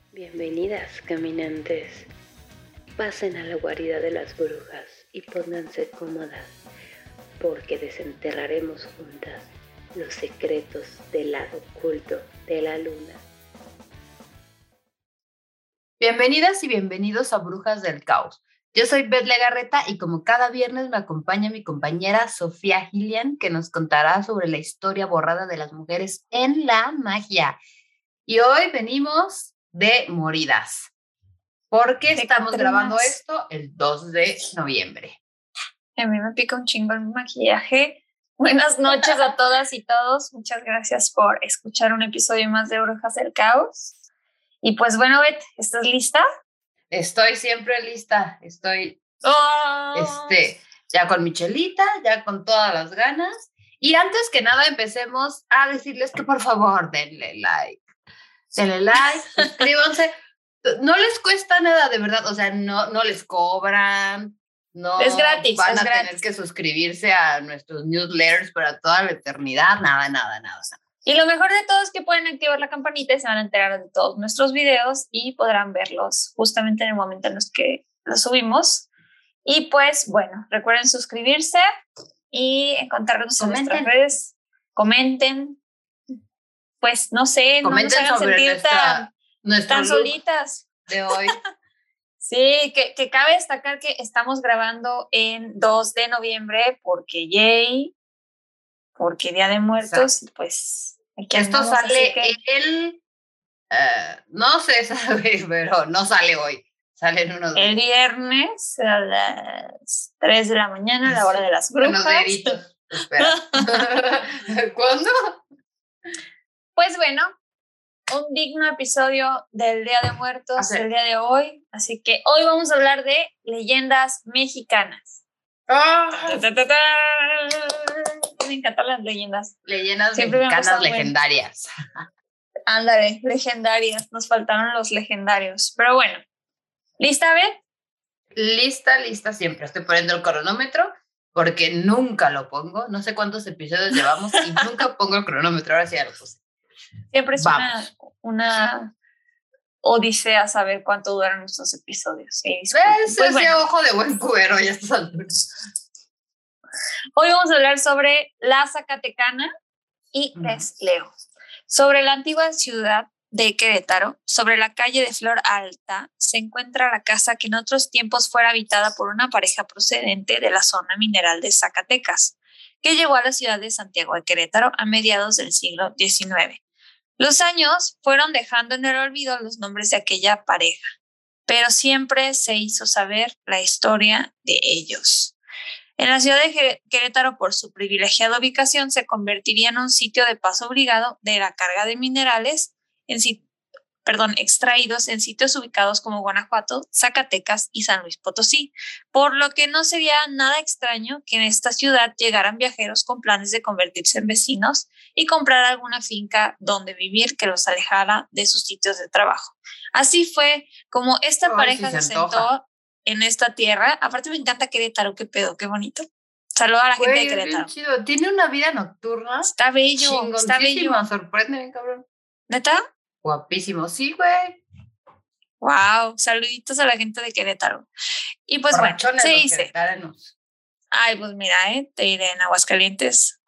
Bienvenidas, caminantes. Pasen a la guarida de las brujas y pónganse cómodas, porque desenterraremos juntas los secretos del lado oculto de la luna. Bienvenidas y bienvenidos a Brujas del Caos. Yo soy Beth Legarreta y como cada viernes me acompaña mi compañera Sofía Gillian, que nos contará sobre la historia borrada de las mujeres en la magia. Y hoy venimos de moridas, porque estamos grabando esto el 2 de noviembre. A mí me pica un chingo el maquillaje. Buenas noches a todas y todos. Muchas gracias por escuchar un episodio más de Brujas del Caos. Y pues bueno, Beth, ¿estás lista? Estoy siempre lista. Estoy ya con mi chelita, ya con todas las ganas. Y antes que nada empecemos a decirles que por favor denle like, suscríbanse. No les cuesta nada, de verdad. O sea, no les cobran. No es gratis. Van a tener que suscribirse a nuestros newsletters para toda la eternidad. Nada. Y lo mejor de todo es que pueden activar la campanita y se van a enterar de todos nuestros videos y podrán verlos justamente en el momento en los que los subimos. Y pues, bueno, recuerden suscribirse y encontrarnos en nuestras redes. Comenten. Pues, no sé, comenten, no nos hagan sentir tan solitas. De hoy. Sí, que cabe destacar que estamos grabando en 2 de noviembre porque Día de Muertos, y pues aquí esto sale no se sabe, pero no sale hoy. Sale en unos el viernes a las 3 de la mañana, a la hora de las brujas. Espera. ¿Cuándo? Pues bueno, un digno episodio del Día de Muertos, el día de hoy. Así que hoy vamos a hablar de leyendas mexicanas. Me encantan las leyendas. Leyendas mexicanas legendarias. Ándale, legendarias. Nos faltaron los legendarios. Pero bueno, ¿lista, Beth? Lista siempre. Estoy poniendo el cronómetro porque nunca lo pongo. No sé cuántos episodios llevamos y nunca pongo el cronómetro. Ahora sí ya lo puse. Siempre es una odisea saber cuánto duran nuestros episodios. Pues bueno. Ojo de buen cubero ya estás al turno. Hoy vamos a hablar sobre la Zacatecana y les leo. Sobre la antigua ciudad de Querétaro, sobre la calle de Flor Alta, se encuentra la casa que en otros tiempos fuera habitada por una pareja procedente de la zona mineral de Zacatecas, que llegó a la ciudad de Santiago de Querétaro a mediados del siglo XIX. Los años fueron dejando en el olvido los nombres de aquella pareja, pero siempre se hizo saber la historia de ellos. En la ciudad de Querétaro, por su privilegiada ubicación, se convertiría en un sitio de paso obligado de la carga de minerales extraídos en sitios ubicados como Guanajuato, Zacatecas y San Luis Potosí, por lo que no sería nada extraño que en esta ciudad llegaran viajeros con planes de convertirse en vecinos y comprar alguna finca donde vivir que los alejara de sus sitios de trabajo. Así fue como esta pareja se sentó en esta tierra. Aparte me encanta Querétaro, qué pedo, qué bonito. Saludos a la gente de Querétaro. Bien chido. Tiene una vida nocturna. Está bello, está bello. Sorprende bien, cabrón. ¿Neta? Guapísimo, sí, güey. Wow, saluditos a la gente de Querétaro. Y pues bueno, se dice. Ay, pues mira, te iré en Aguascalientes.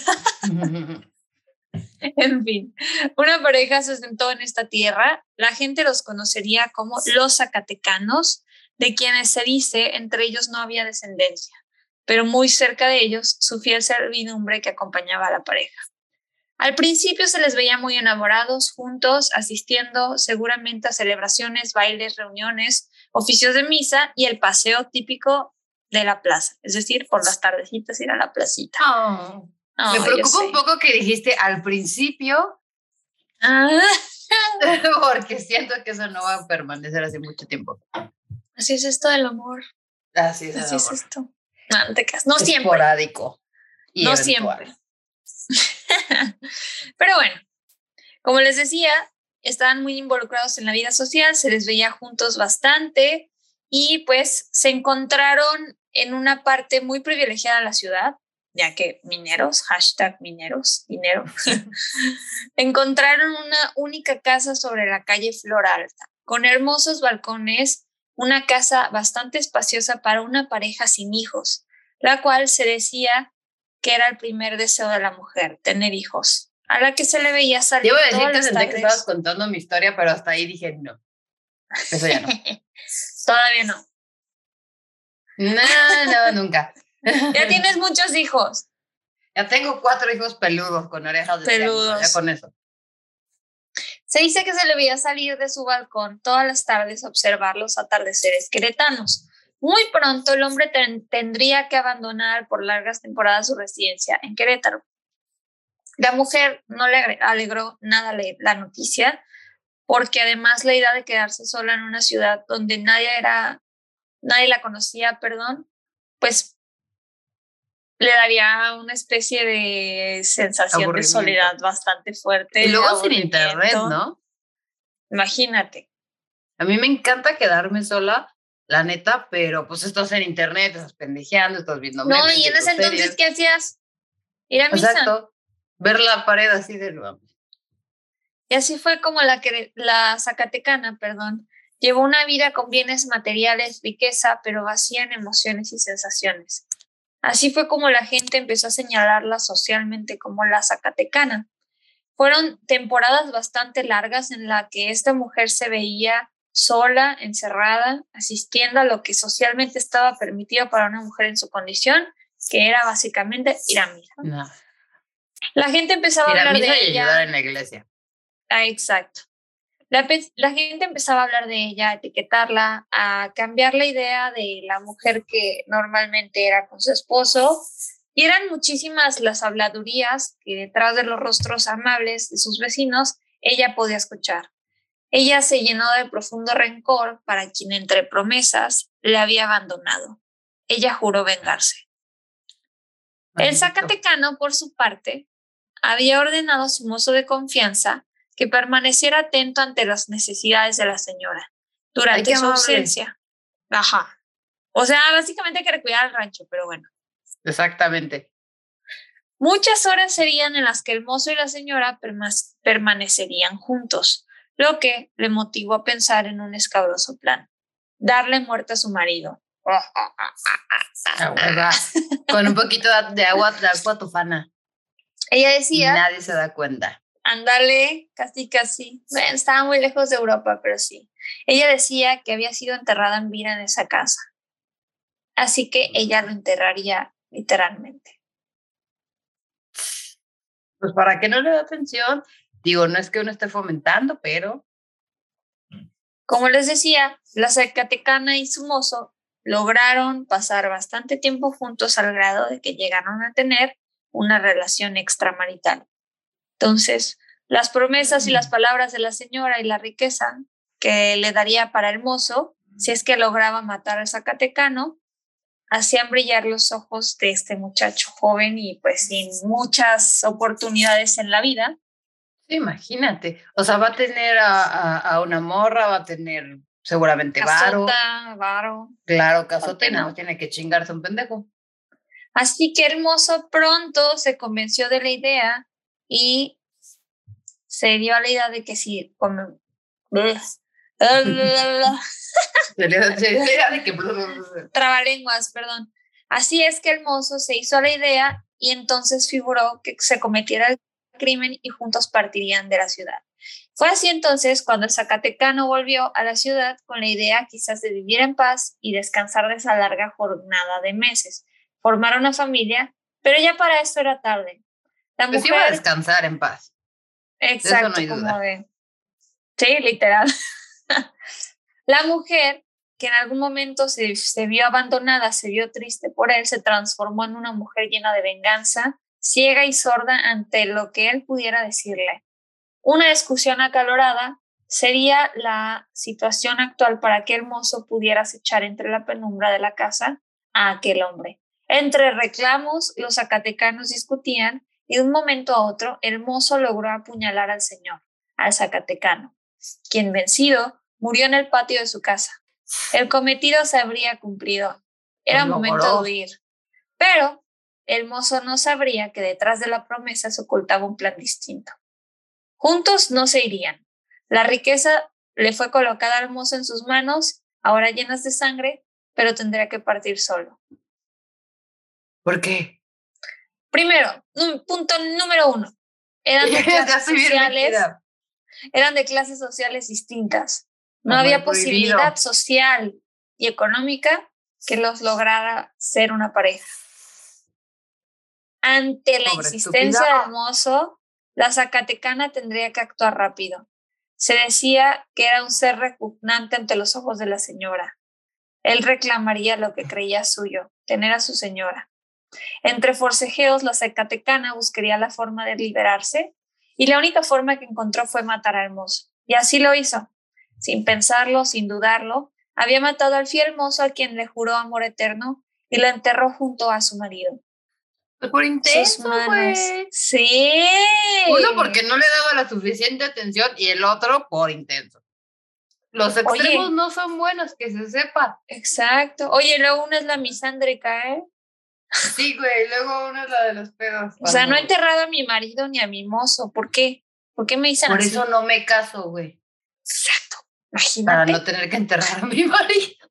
En fin, una pareja se sentó en esta tierra. La gente los conocería como los zacatecanos, de quienes se dice entre ellos no había descendencia, pero muy cerca de ellos su fiel servidumbre que acompañaba a la pareja. Al principio se les veía muy enamorados, juntos, asistiendo seguramente a celebraciones, bailes, reuniones, oficios de misa y el paseo típico de la plaza, es decir, por las tardecitas ir a la placita. Me preocupa un poco que dijiste al principio, porque siento que eso no va a permanecer así mucho tiempo. Así es esto del amor. Así es esto. No siempre. Esporádico. Y no eventual. Siempre. Pero bueno, como les decía, estaban muy involucrados en la vida social, se les veía juntos bastante y pues se encontraron en una parte muy privilegiada de la ciudad, ya que mineros, #mineros, dinero, encontraron una única casa sobre la calle Flor Alta, con hermosos balcones, una casa bastante espaciosa para una pareja sin hijos, la cual se decía que era el primer deseo de la mujer, tener hijos, a la que se le veía salir Debo todas decirte, las sentí que tardes. estabas contando mi historia, pero hasta ahí dije no. Eso ya no. Todavía no. No, nunca. Ya tienes muchos hijos. Ya tengo 4 hijos peludos con orejas de triángulo, ya con eso. Se dice que se le veía salir de su balcón todas las tardes a observar los atardeceres queretanos. Muy pronto el hombre tendría que abandonar por largas temporadas su residencia en Querétaro. La mujer no le alegró nada la noticia, porque además la idea de quedarse sola en una ciudad donde nadie la conocía, pues le daría una especie de sensación de soledad bastante fuerte. Y luego sin internet, ¿no? Imagínate. A mí me encanta quedarme sola, la neta, pero pues estás en internet, estás pendejeando, estás viendo memes. No, y en ese entonces, ¿qué hacías? Ir a misa. Exacto. Ver la pared así de nuevo. Y así fue como la Zacatecana, llevó una vida con bienes materiales, riqueza, pero vacía en emociones y sensaciones. Así fue como la gente empezó a señalarla socialmente como la Zacatecana. Fueron temporadas bastante largas en las que esta mujer se veía sola, encerrada, asistiendo a lo que socialmente estaba permitido para una mujer en su condición, que era básicamente ir a misa. No. La gente empezaba a hablar de ella. Y ayudar en la iglesia. Exacto. La gente empezaba a hablar de ella, a etiquetarla, a cambiar la idea de la mujer que normalmente era con su esposo. Y eran muchísimas las habladurías que detrás de los rostros amables de sus vecinos ella podía escuchar. Ella se llenó de profundo rencor para quien entre promesas le había abandonado. Ella juró vengarse. El zacatecano, por su parte, había ordenado a su mozo de confianza que permaneciera atento ante las necesidades de la señora durante su ausencia. Ajá. O sea, básicamente que cuidar al rancho, pero bueno. Exactamente. Muchas horas serían en las que el mozo y la señora permanecerían juntos, lo que le motivó a pensar en un escabroso plan: darle muerte a su marido. Con un poquito de agua tofana. Ella decía... Nadie se da cuenta. Ándale, casi. Bueno, estaba muy lejos de Europa, pero sí. Ella decía que había sido enterrada en vida en esa casa. Así que ella lo enterraría literalmente. Pues para que no le dé atención, digo, no es que uno esté fomentando, pero... Como les decía, la zacatecana y su mozo lograron pasar bastante tiempo juntos al grado de que llegaron a tener una relación extramarital. Entonces, las promesas y las palabras de la señora y la riqueza que le daría para el mozo, si es que lograba matar al zacatecano, hacían brillar los ojos de este muchacho joven y pues sin muchas oportunidades en la vida. Sí, imagínate. O sea, va a tener a una morra, va a tener seguramente varo. Claro, casota, no tiene que chingarse un pendejo. Así que el mozo pronto se convenció de la idea y se dio a la idea de que si trabalenguas, perdón. Así es que el mozo se hizo a la idea y entonces figuró que se cometiera el crimen y juntos partirían de la ciudad. Fue así entonces cuando el zacatecano volvió a la ciudad con la idea quizás de vivir en paz y descansar de esa larga jornada de meses, formar una familia, pero ya para esto era tarde. La mujer iba a descansar en paz. Exacto, de eso no hay duda. Sí, literal. La mujer, que en algún momento se vio abandonada, se vio triste por él, se transformó en una mujer llena de venganza, ciega y sorda ante lo que él pudiera decirle. Una discusión acalorada sería la situación actual para que el mozo pudiera acechar entre la penumbra de la casa a aquel hombre. Entre reclamos, los zacatecanos discutían y de un momento a otro el mozo logró apuñalar al señor, al zacatecano, quien vencido murió en el patio de su casa. El cometido se habría cumplido. Era momento de huir. Pero el mozo no sabría que detrás de la promesa se ocultaba un plan distinto. Juntos no se irían. La riqueza le fue colocada al mozo en sus manos, ahora llenas de sangre, pero tendría que partir solo. ¿Por qué? Primero, punto número 1. Eran de clases sociales distintas. No había posibilidad social y económica que los lograra ser una pareja. Ante la insistencia del mozo, la zacatecana tendría que actuar rápido. Se decía que era un ser repugnante ante los ojos de la señora. Él reclamaría lo que creía suyo, tener a su señora. Entre forcejeos, la zacatecana buscaría la forma de liberarse y la única forma que encontró fue matar al mozo. Y así lo hizo. Sin pensarlo, sin dudarlo, había matado al fiel mozo a quien le juró amor eterno y lo enterró junto a su marido. Por intenso, güey. Sí. Uno porque no le daba la suficiente atención y el otro por intenso. Los extremos no son buenos, que se sepa. Exacto. Oye, luego una es la misándrica, ¿eh? Sí, güey, luego una es la de los pedos. O sea, no he enterrado a mi marido ni a mi mozo. ¿Por qué? ¿Por qué me dicen así? Por eso no me caso, güey. Exacto. Imagínate. Para no tener que enterrar a mi marido.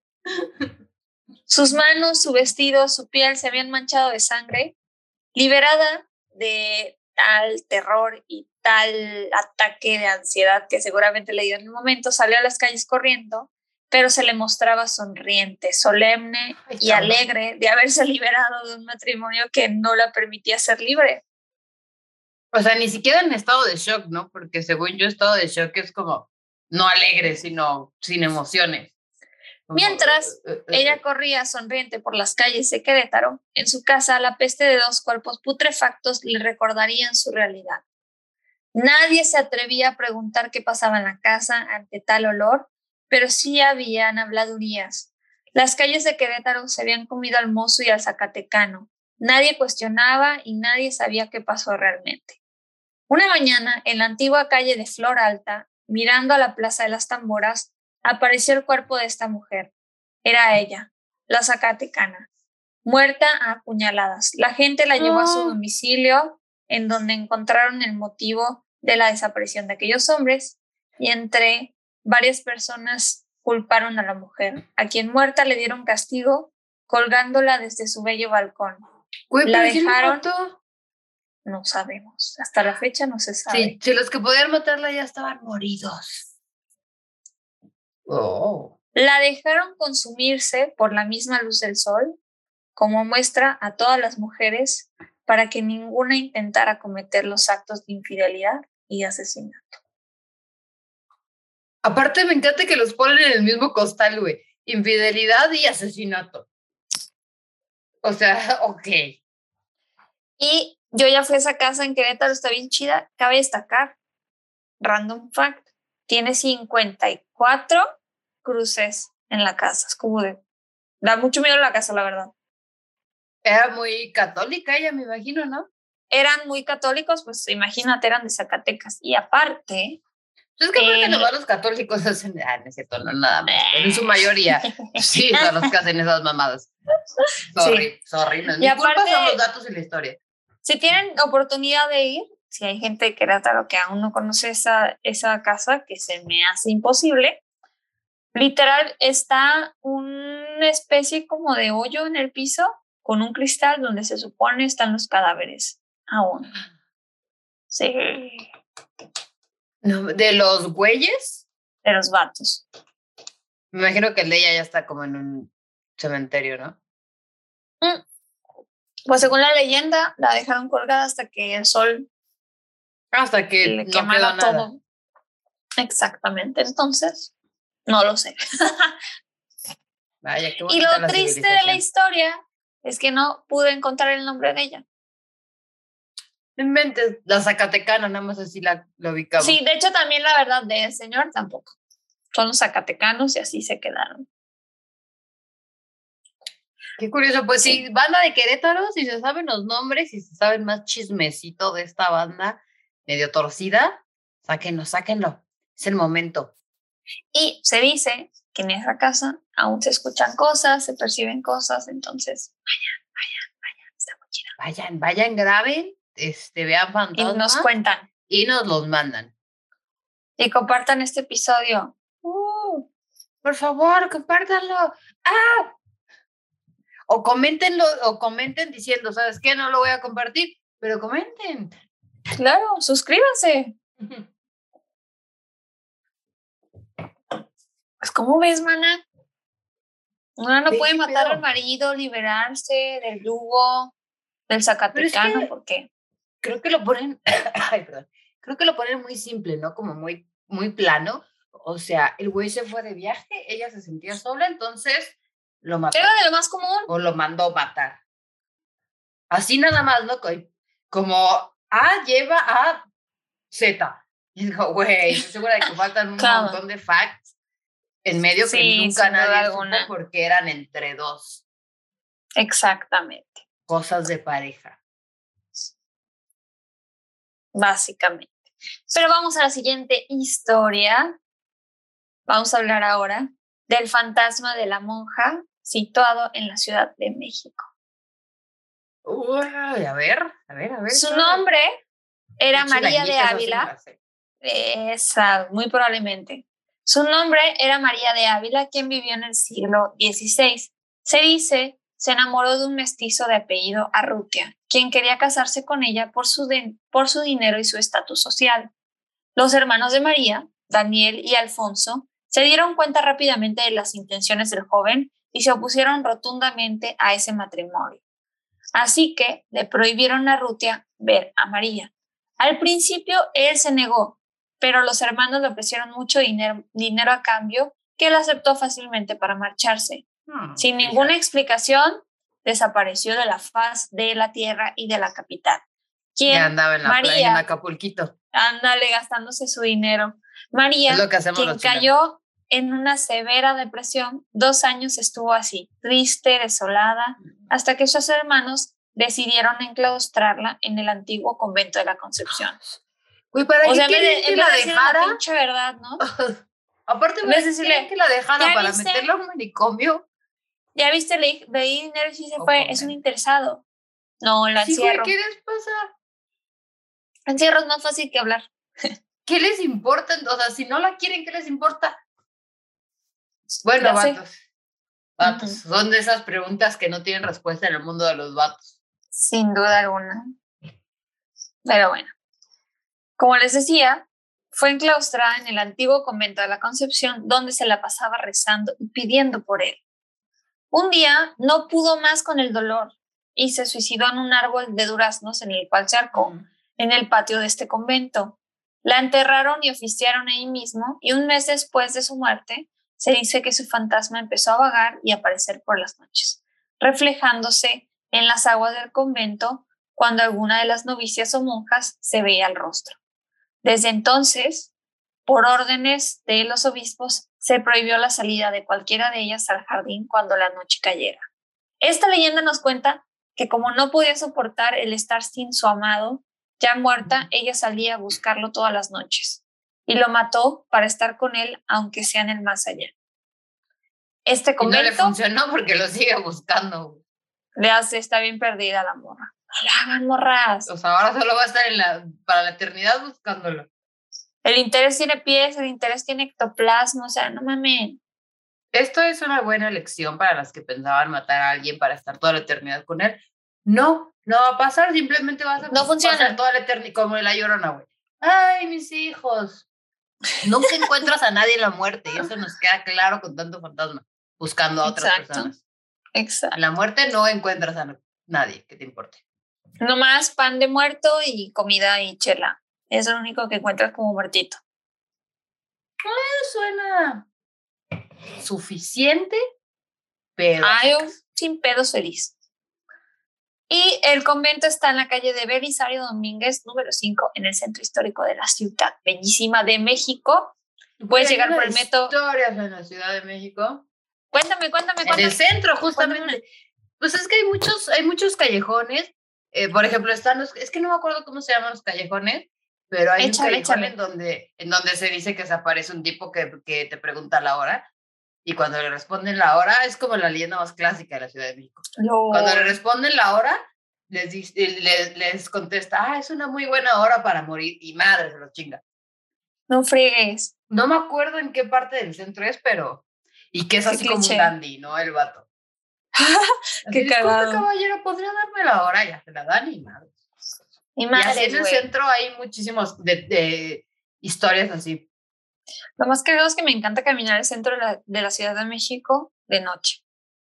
Sus manos, su vestido, su piel se habían manchado de sangre. Liberada de tal terror y tal ataque de ansiedad que seguramente le dio en el momento, salió a las calles corriendo, pero se le mostraba sonriente, solemne y alegre de haberse liberado de un matrimonio que no la permitía ser libre. O sea, ni siquiera en estado de shock, ¿no? Porque según yo, estado de shock es como no alegre, sino sin emociones. Mientras ella corría sonriente por las calles de Querétaro, en su casa la peste de 2 cuerpos putrefactos le recordarían su realidad. Nadie se atrevía a preguntar qué pasaba en la casa ante tal olor, pero sí habían habladurías. Las calles de Querétaro se habían comido al mozo y al zacatecano. Nadie cuestionaba y nadie sabía qué pasó realmente. Una mañana, en la antigua calle de Flor Alta, mirando a la Plaza de las Tamboras, apareció el cuerpo de esta mujer. Era ella, la zacatecana, muerta a apuñaladas. La gente la llevó a su domicilio, en donde encontraron el motivo de la desaparición de aquellos hombres, y entre varias personas culparon a la mujer, a quien muerta le dieron castigo colgándola desde su bello balcón. La dejaron. No sabemos, hasta la fecha no se sabe. Sí, si los que podían matarla ya estaban moridos. La dejaron consumirse por la misma luz del sol, como muestra a todas las mujeres para que ninguna intentara cometer los actos de infidelidad y asesinato. Aparte me encanta que los ponen en el mismo costal, güey. Infidelidad y asesinato. O sea, ok. Y yo ya fui a esa casa en Querétaro, está bien chida. Cabe destacar, random fact, tiene 54 cruces en la casa. Es como de... Da mucho miedo la casa, la verdad. Era muy católica ella, me imagino, ¿no? Eran muy católicos, pues imagínate, eran de Zacatecas. Y aparte... Es que aparte nomás los católicos hacen... no es cierto, no nada más. Pero en su mayoría sí son los que hacen esas mamadas. Sorry. No es mi culpa, son los datos y la historia. Si tienen oportunidad de ir, si hay gente de Querétaro que aún no conoce esa casa, que se me hace imposible, literal está una especie como de hoyo en el piso con un cristal donde se supone están los cadáveres aún. Sí. No, ¿de los güeyes? De los vatos. Me imagino que el de ella ya está como en un cementerio, ¿no? Pues según la leyenda, la dejaron colgada hasta que el sol... Hasta que le no quemara quedó todo. Nada. Exactamente, entonces, no lo sé. Vaya, qué y lo triste de la historia es que no pude encontrar el nombre de ella. No inventes, la zacatecana, nada más así la ubicamos. Sí, de hecho también la verdad del señor tampoco. Son los zacatecanos y así se quedaron. Qué curioso, pues sí, banda de Querétaro, si se saben los nombres, si se saben más chismecito de esta banda medio torcida, sáquenlo, es el momento. Y se dice que en esa casa aún se escuchan cosas, se perciben cosas, entonces, vaya, está muy quieran. Vayan, graben, vean fantasmas. Y nos cuentan. Y nos los mandan. Y compartan este episodio. Por favor, compártanlo. ¡Ah! O coméntenlo, o comenten diciendo, ¿sabes qué? No lo voy a compartir, pero comenten. Claro, suscríbanse. Pues, ¿cómo ves, mana? Una no puede matar al marido, liberarse del yugo, del zacatecano, ¿por qué? Creo que lo ponen, ay, perdón, creo que lo ponen muy simple, ¿no? Como muy, muy plano. O sea, el güey se fue de viaje, ella se sentía sola, entonces lo mató. Era de lo más común. O lo mandó matar. Así nada más, ¿no? Como A lleva a Z. Y digo, güey, estoy segura de que faltan un montón de facts en medio que nunca nadie supo porque eran entre dos. Exactamente. Cosas de pareja. Básicamente. Pero vamos a la siguiente historia. Vamos a hablar ahora del fantasma de la monja situado en la Ciudad de México. Uy, a ver. Su nombre era María de Ávila. Esa, muy probablemente. Su nombre era María de Ávila, quien vivió en el siglo XVI. Se dice se enamoró de un mestizo de apellido Arrutia, quien quería casarse con ella por su dinero y su estatus social. Los hermanos de María, Daniel y Alfonso, se dieron cuenta rápidamente de las intenciones del joven y se opusieron rotundamente a ese matrimonio. Así que le prohibieron a Arrutia ver a María. Al principio él se negó, pero los hermanos le ofrecieron mucho dinero a cambio, que él aceptó fácilmente para marcharse. Sin ninguna explicación, desapareció de la faz de la tierra y de la capital. Ya andaba en la playa, en Acapulquito. Ándale, gastándose su dinero. María, quien cayó en una severa depresión, 2 años estuvo así, triste, desolada, hasta que sus hermanos decidieron enclaustrarla en el antiguo convento de la Concepción. Uy, ¿para o qué sea, que la dejara? La pinche verdad, ¿no? Aparte, ¿para qué que la dejara? ¿Para meterla a un manicomio? Ya viste, le di dinero y sí se fue, es un interesado. No, la encierro. ¿Qué les pasa? Encierro es más fácil que hablar. ¿Qué les importa? O sea, si no la quieren, ¿qué les importa? Bueno, vatos. Son de esas preguntas que no tienen respuesta en el mundo de los vatos. Sin duda alguna. Pero bueno, como les decía, fue enclaustrada en el antiguo convento de la Concepción, donde se la pasaba rezando y pidiendo por él. Un día no pudo más con el dolor y se suicidó en un árbol de duraznos en el cual se ahorcó en el patio de este convento. La enterraron y oficiaron ahí mismo, y un mes después de su muerte se dice que su fantasma empezó a vagar y aparecer por las noches, reflejándose en las aguas del convento cuando alguna de las novicias o monjas se veía el rostro. Desde entonces, por órdenes de los obispos, se prohibió la salida de cualquiera de ellas al jardín cuando la noche cayera. Esta leyenda nos cuenta que como no podía soportar el estar sin su amado, ya muerta, ella salía a buscarlo todas las noches y lo mató para estar con él, aunque sea en el más allá. Este convento... Y no le funcionó porque lo sigue buscando. Le hace, está bien perdida la morra. No la hagan, morras. O sea, ahora solo va a estar para la eternidad buscándolo. El interés tiene pies, el interés tiene ectoplasma, o sea, no mames. Esto es una buena lección para las que pensaban matar a alguien para estar toda la eternidad con él. No va a pasar, simplemente vas a pasar toda la eternidad como la Llorona, güey. Ay, mis hijos. Nunca encuentras a nadie en la muerte, y eso nos queda claro con tanto fantasma, buscando a otras personas. Exacto. En la muerte no encuentras a nadie que te importe. Nomás pan de muerto y comida y chela. Es lo único que encuentras como muertito. Suena suficiente, pero... Yo sin pedos feliz. Y el convento está en la calle de Belisario Domínguez, número 5, en el centro histórico de la Ciudad Bellísima de México. Puedes llegar por el metro. ¿Historias en la Ciudad de México? Cuéntame. En el centro, justamente. Cuéntame. Pues es que hay muchos callejones. Por ejemplo, es que no me acuerdo cómo se llaman los callejones, pero hay un callejón en donde se dice que se aparece un tipo que te pregunta la hora, y cuando le responden la hora, es como la leyenda más clásica de la Ciudad de México. No. Cuando le responden la hora, les contesta, es una muy buena hora para morir, y madre se los chinga. No friegues. No me acuerdo en qué parte del centro es, pero... Y que es así como un dandy, ¿no? El vato. Qué cagado. Caballero, ¿podría darme la hora? Ya se la dan y madre. Y así en el centro hay muchísimos de historias así. Lo más cagado es que me encanta caminar el centro de la Ciudad de México de noche.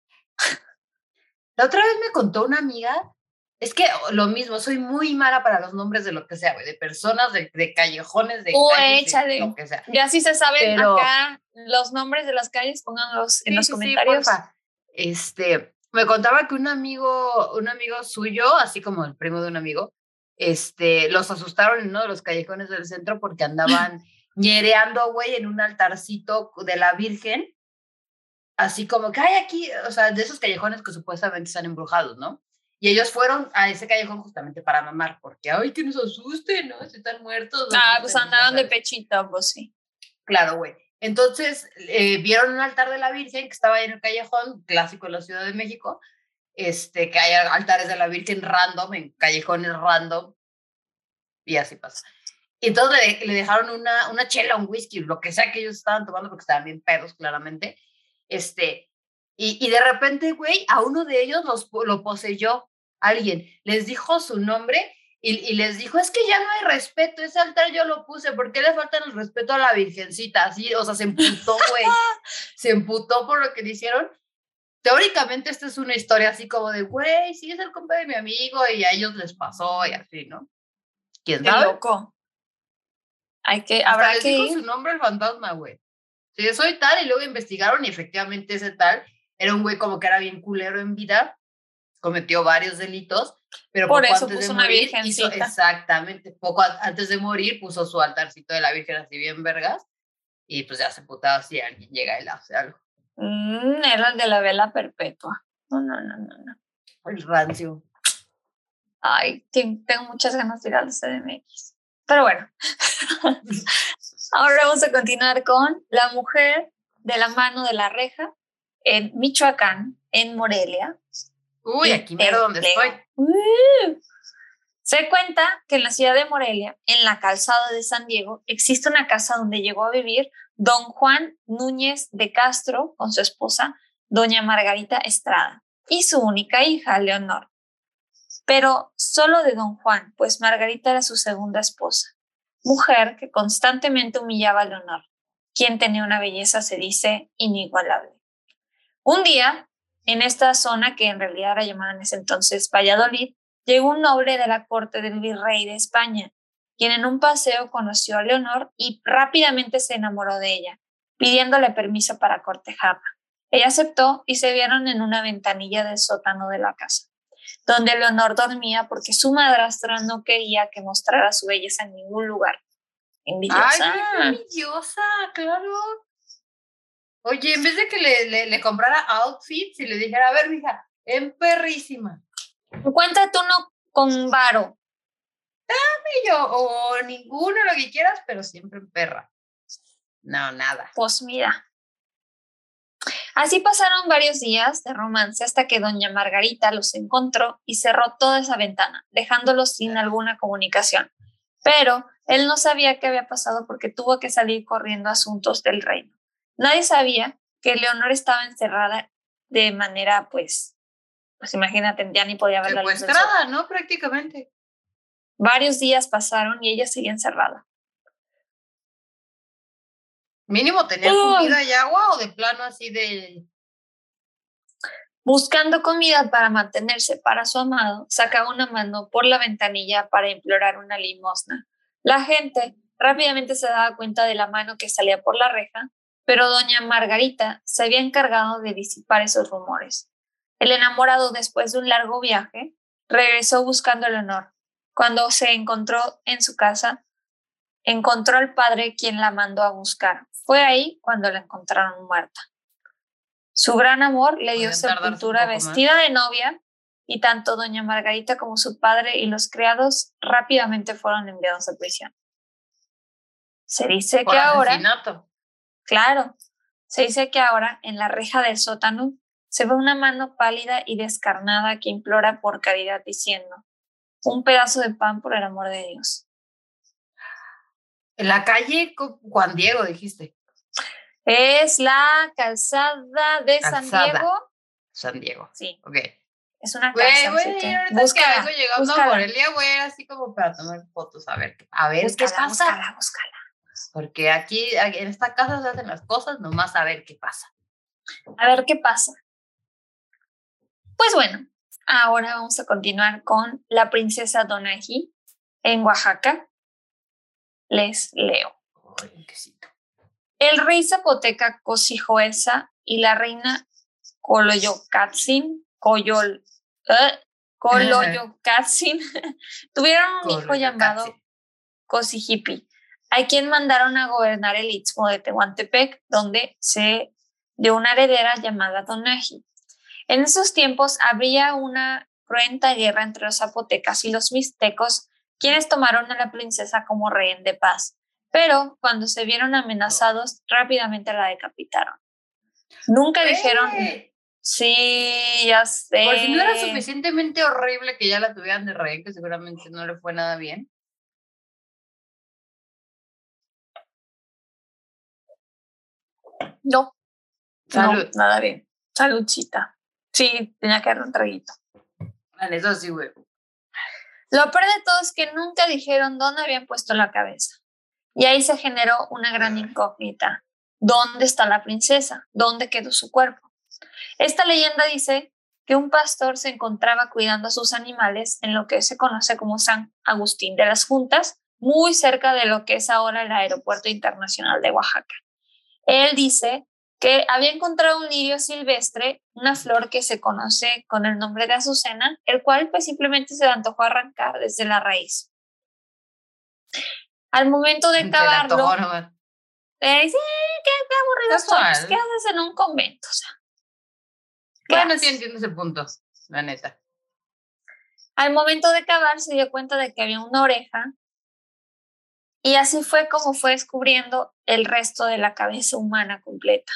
La otra vez me contó una amiga, es que lo mismo, soy muy mala para los nombres de lo que sea, güey, de personas, de callejones, de calles, échale. De lo que sea. Ya si se saben acá los nombres de las calles, pónganlos en los comentarios. Sí, porfa. Me contaba que un amigo suyo, así como el primo de un amigo, los asustaron en uno de los callejones del centro porque andaban ñereando, güey, en un altarcito de la Virgen, así como que hay aquí, o sea, de esos callejones que supuestamente están embrujados, ¿no? Y ellos fueron a ese callejón justamente para mamar, porque, ay, que nos asusten, ¿no? Si están muertos. Pues andaban de pechito, pues sí. Claro, güey. Entonces, vieron un altar de la Virgen que estaba ahí en el callejón, clásico de la Ciudad de México, que hay altares de la Virgen random, en callejones random, y así pasa. Y entonces le dejaron una chela, un whisky, lo que sea que ellos estaban tomando, porque estaban bien pedos, claramente. Y de repente, güey, a uno de ellos lo poseyó alguien, les dijo su nombre y les dijo, es que ya no hay respeto, ese altar yo lo puse, ¿por qué le faltan el respeto a la virgencita? Así, o sea, se emputó, güey, se emputó por lo que le hicieron. Teóricamente esta es una historia así como de, güey, sí es el compa de mi amigo y a ellos les pasó y así, ¿no? ¿Quién sabe? Qué loco. Habrá les dijo su nombre el fantasma, güey. Sí, soy tal, y luego investigaron y efectivamente ese tal era un güey como que era bien culero en vida, cometió varios delitos, pero por poco eso antes puso de una morir virgencita. exactamente, poco antes de morir puso su altarcito de la Virgen así bien vergas, y pues ya se putaba si alguien llega y le hace algo. Era el de la vela perpetua. No. El rancio. Ay, tengo muchas ganas de ir al CDMX. Pero bueno, ahora vamos a continuar con la mujer de la mano de la reja en Michoacán, en Morelia. Uy, aquí mero donde estoy. Se cuenta que en la ciudad de Morelia, en la calzada de San Diego, existe una casa donde llegó a vivir don Juan Núñez de Castro con su esposa, doña Margarita Estrada, y su única hija, Leonor. Pero solo de don Juan, pues Margarita era su segunda esposa, mujer que constantemente humillaba a Leonor, quien tenía una belleza, se dice, inigualable. Un día, en esta zona que en realidad era llamada en ese entonces Valladolid, llegó un noble de la corte del virrey de España, quien en un paseo conoció a Leonor y rápidamente se enamoró de ella, pidiéndole permiso para cortejarla. Ella aceptó y se vieron en una ventanilla del sótano de la casa, donde Leonor dormía porque su madrastra no quería que mostrara su belleza en ningún lugar. Envidiosa. Ay, envidiosa, claro. Oye, en vez de que le comprara outfits y le dijera, a ver, mija, en perrísima. Cuéntate uno con varo. Dame yo, o ninguno, lo que quieras, pero siempre en perra. No, nada. Pues mira. Así pasaron varios días de romance hasta que doña Margarita los encontró y cerró toda esa ventana, dejándolos sin alguna comunicación. Pero él no sabía qué había pasado porque tuvo que salir corriendo a asuntos del reino. Nadie sabía que Leonor estaba encerrada de manera, pues imagínate, ya ni podía ver la luz del sol. Secuestrada, ¿no? Prácticamente. Varios días pasaron y ella seguía encerrada. Mínimo tenía comida y agua, o de plano así de... Buscando comida para mantenerse para su amado, sacaba una mano por la ventanilla para implorar una limosna. La gente rápidamente se daba cuenta de la mano que salía por la reja, pero doña Margarita se había encargado de disipar esos rumores. El enamorado, después de un largo viaje, regresó buscando a Leonor. Cuando se encontró en su casa, encontró al padre quien la mandó a buscar. Fue ahí cuando la encontraron muerta. Su gran amor le dio sepultura vestida de novia, y tanto doña Margarita como su padre y los criados rápidamente fueron enviados a prisión. Se dice que ahora... Asesinato. Claro, se dice que ahora en la reja del sótano se ve una mano pálida y descarnada que implora por caridad diciendo: un pedazo de pan por el amor de Dios. En la calle Juan Diego, dijiste. Es la calzada de San Diego. San Diego. Sí. Ok. Es una casa. Güey, ahorita que vengo llegando a Morelia, güey, así como para tomar fotos, a ver qué pasa. Búscala. Porque aquí en esta casa se hacen las cosas nomás a ver qué pasa. A ver qué pasa. Pues bueno, ahora vamos a continuar con la princesa Donají en Oaxaca. Les leo. Ay, quesito. El rey zapoteca Cosijoesa y la reina Coloyocatzin tuvieron un hijo llamado Cosijipi, a quien mandaron a gobernar el istmo de Tehuantepec, donde se dio una heredera llamada Donají. En esos tiempos habría una cruenta guerra entre los zapotecas y los mixtecos, quienes tomaron a la princesa como rehén de paz, pero cuando se vieron amenazados, rápidamente la decapitaron. Nunca dijeron... Sí, ya sé. Por si no era suficientemente horrible que ya la tuvieran de rehén, que seguramente no le fue nada bien. No. Salud. No, nada bien. Saludcita. Sí, tenía que darle un traguito. Vale, eso sí, güey. Lo peor de todo es que nunca dijeron dónde habían puesto la cabeza. Y ahí se generó una gran incógnita. ¿Dónde está la princesa? ¿Dónde quedó su cuerpo? Esta leyenda dice que un pastor se encontraba cuidando a sus animales en lo que se conoce como San Agustín de las Juntas, muy cerca de lo que es ahora el Aeropuerto Internacional de Oaxaca. Él dice que había encontrado un lirio silvestre, una flor que se conoce con el nombre de azucena, el cual pues simplemente se le antojó arrancar desde la raíz. Al momento de cavarlo, sí, qué aburridos somos, ¿qué haces en un convento? O sea, bueno, sí entiendo ese punto, la neta. Al momento de cavar se dio cuenta de que había una oreja y así fue como fue descubriendo el resto de la cabeza humana completa.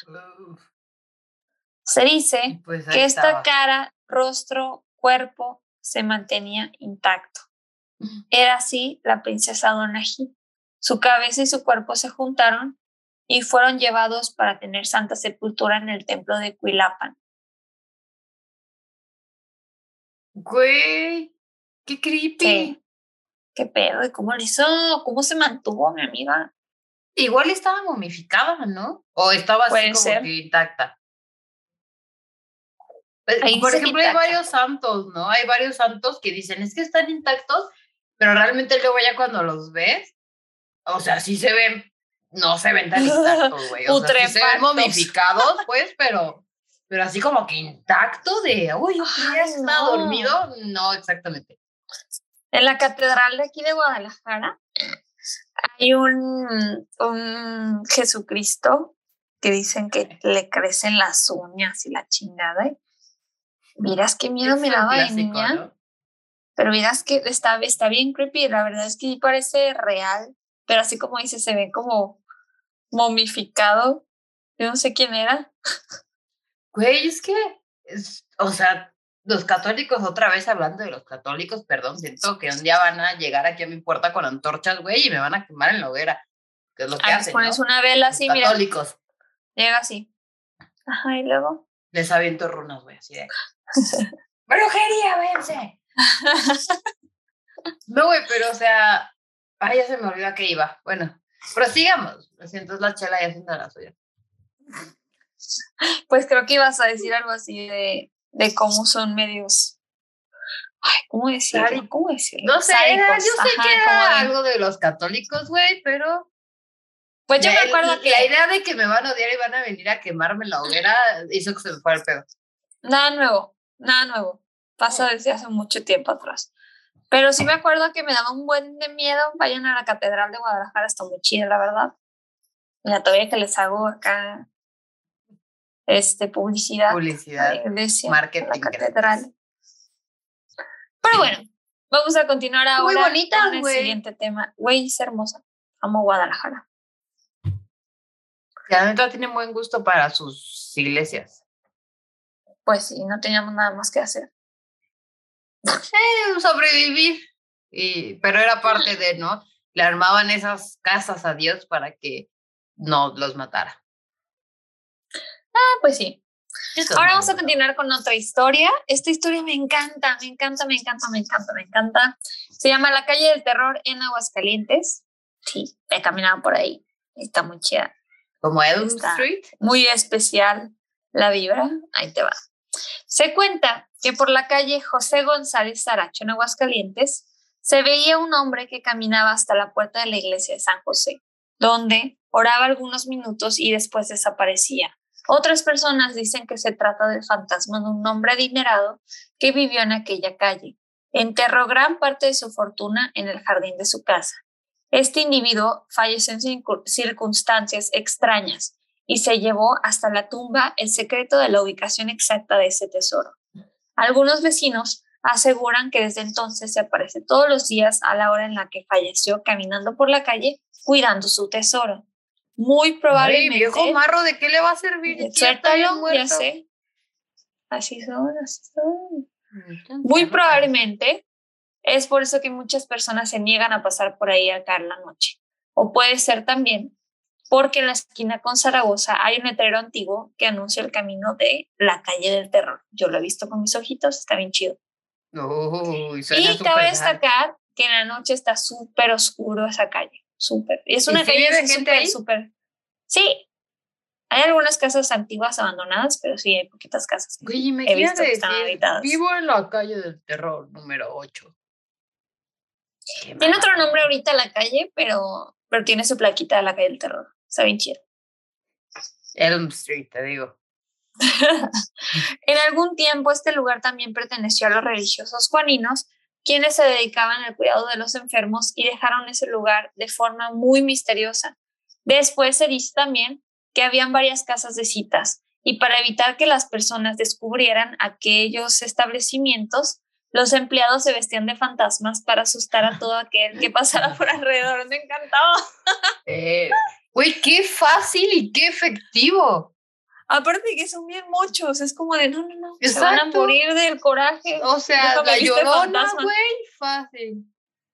Se dice pues que esta cara, rostro, cuerpo se mantenía intacto. Era así la princesa Donají. Su cabeza y su cuerpo se juntaron y fueron llevados para tener santa sepultura en el templo de Cuilapan. Güey, qué creepy. Sí. ¿Qué pedo? ¿Y cómo lo hizo? ¿Cómo se mantuvo, mi amiga? Igual estaba momificada, ¿no? O estaba así como que intacta. Por ejemplo, hay varios santos, ¿no? Hay varios santos que dicen, es que están intactos, pero realmente luego ya cuando los ves, o sea, sí se ven, no se ven tan intactos, güey. O sea, sí se ven momificados, pues, pero así como que intacto de, uy, ya está dormido. No, exactamente. En la catedral de aquí de Guadalajara hay un Jesucristo que dicen que le crecen las uñas y la chingada. Miras qué miedo me daba de niña. ¿No? Pero miras que está bien creepy. La verdad es que parece real, pero así como dice, se ve como momificado. Yo no sé quién era. Güey, es que, o sea, los católicos, otra vez hablando de los católicos, perdón, siento que un día van a llegar aquí a mi puerta con antorchas, güey, y me van a quemar en la hoguera. Que es lo que hacen, pones ¿no? Una vela así, los católicos. Mira. Llega así. Ajá, y luego. Les aviento runas, güey, así de. ¡Brujería, váyanse! No, güey, pero, o sea, ay, ya se me olvidó a qué iba. Bueno, prosigamos. Lo siento, es la chela ya haciendo la suya. Pues creo que ibas a decir algo así de cómo son medios. Ay, ¿cómo decirlo? No sé, yo sé que era algo de los católicos, güey, pero. Pues yo me acuerdo que. La idea de que me van a odiar y van a venir a quemarme en la hoguera hizo que se me fuera el pedo. Nada nuevo. Pasa desde hace mucho tiempo atrás. Pero sí me acuerdo que me daba un buen de miedo. Vayan a la Catedral de Guadalajara, está muy chida, la verdad. Mira, todavía que les hago acá publicidad. La iglesia, marketing. La catedral. Pero bueno, vamos a continuar ahora muy bonita, con el siguiente tema. Güey, es hermosa. Amo Guadalajara. La neta tiene buen gusto para sus iglesias. pues sí, no teníamos nada más que hacer. Sobrevivir. Pero era parte de, ¿no? Le armaban esas casas a Dios para que no los matara. Pues sí. Eso Ahora es vamos a malo. continuar con otra historia. Esta historia me encanta. Se llama La calle del terror en Aguascalientes. Sí, he caminado por ahí. Está muy chida. Como Elm Está Street. muy especial la vibra. Ahí te va. Se cuenta que por la calle José González Saracho en Aguascalientes se veía un hombre que caminaba hasta la puerta de la iglesia de San José, donde oraba algunos minutos y después desaparecía. Otras personas dicen que se trata del fantasma de un hombre adinerado que vivió en aquella calle. Enterró gran parte de su fortuna en el jardín de su casa. Este individuo falleció en circunstancias extrañas y se llevó hasta la tumba el secreto de la ubicación exacta de ese tesoro. Algunos vecinos aseguran que desde entonces se aparece todos los días a la hora en la que falleció caminando por la calle cuidando su tesoro. Muy probablemente... Ay, viejo marro, ¿de qué le va a servir? Suéltalo, ya sé. Así son. Muy probablemente es por eso que muchas personas se niegan a pasar por ahí al caer la noche. O puede ser también porque en la esquina con Zaragoza hay un letrero antiguo que anuncia el camino de la calle del terror. Yo lo he visto con mis ojitos, está bien chido. Y cabe destacar que en la noche está súper oscuro esa calle, súper. Es una calle súper. Sí, hay algunas casas antiguas abandonadas, pero sí hay poquitas casas. Oye, he visto que están habitadas. Vivo en la calle del terror, número 8. Tiene otro nombre ahorita la calle, pero tiene su plaquita de la calle del terror. Está bien chido. Elm Street, te digo. En algún tiempo este lugar también perteneció a los religiosos juaninos, quienes se dedicaban al cuidado de los enfermos y dejaron ese lugar de forma muy misteriosa. Después se dice también que habían varias casas de citas y para evitar que las personas descubrieran aquellos establecimientos, los empleados se vestían de fantasmas para asustar a todo aquel que pasara por alrededor. Me encantaba. Güey, qué fácil y qué efectivo. Aparte de que son bien muchos, es como de no, Exacto. Se van a morir del coraje. O sea, la Llorona, güey, fácil.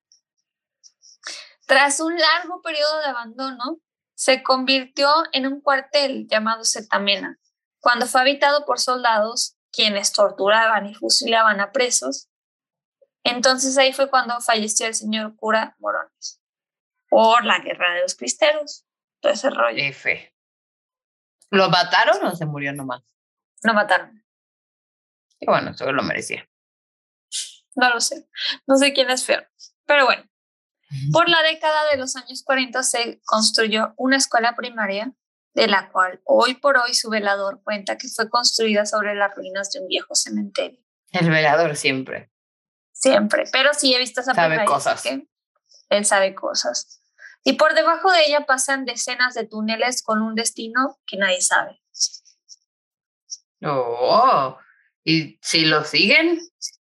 Tras un largo periodo de abandono, se convirtió en un cuartel llamado Zetamena, cuando fue habitado por soldados quienes torturaban y fusilaban a presos. Entonces ahí fue cuando falleció el señor cura Morones por la guerra de los cristeros, todo ese rollo. F. ¿Lo mataron o se murió nomás? Lo mataron. Y bueno, eso lo merecía. No lo sé. No sé quién es feo. Pero bueno. Por la década de los años 40 se construyó una escuela primaria, de la cual hoy por hoy su velador cuenta que fue construida sobre las ruinas de un viejo cementerio. El velador siempre. Siempre. Pero sí he visto esa primaria. Sabe cosas. Que él sabe cosas. Y por debajo de ella pasan decenas de túneles con un destino que nadie sabe. Oh, y si lo siguen,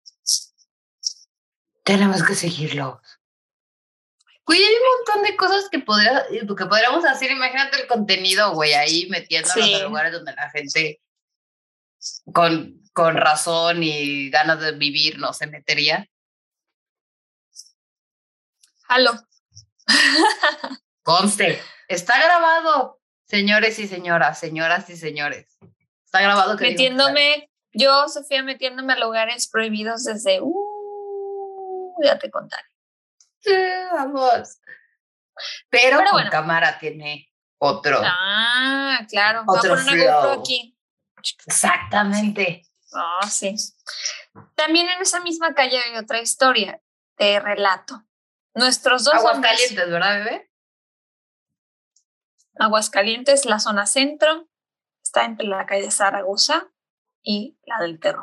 tenemos que seguirlo. Güey, hay un montón de cosas que podríamos hacer. Imagínate el contenido, güey, ahí metiéndonos en lugares donde la gente con razón y ganas de vivir no se metería. Aló. Conste, está grabado, señores y señoras, señoras y señores. Está grabado que Sofía, metiéndome a lugares prohibidos desde ya te contaré. Sí, vamos. Pero con bueno. cámara tiene otro. Ah, claro. Otro voy a poner una GoPro aquí. Exactamente. Sí. También en esa misma calle hay otra historia de relato. Nuestros dos Aguascalientes, ¿verdad, bebé? Aguascalientes, la zona centro, está entre la calle Zaragoza y la del terror.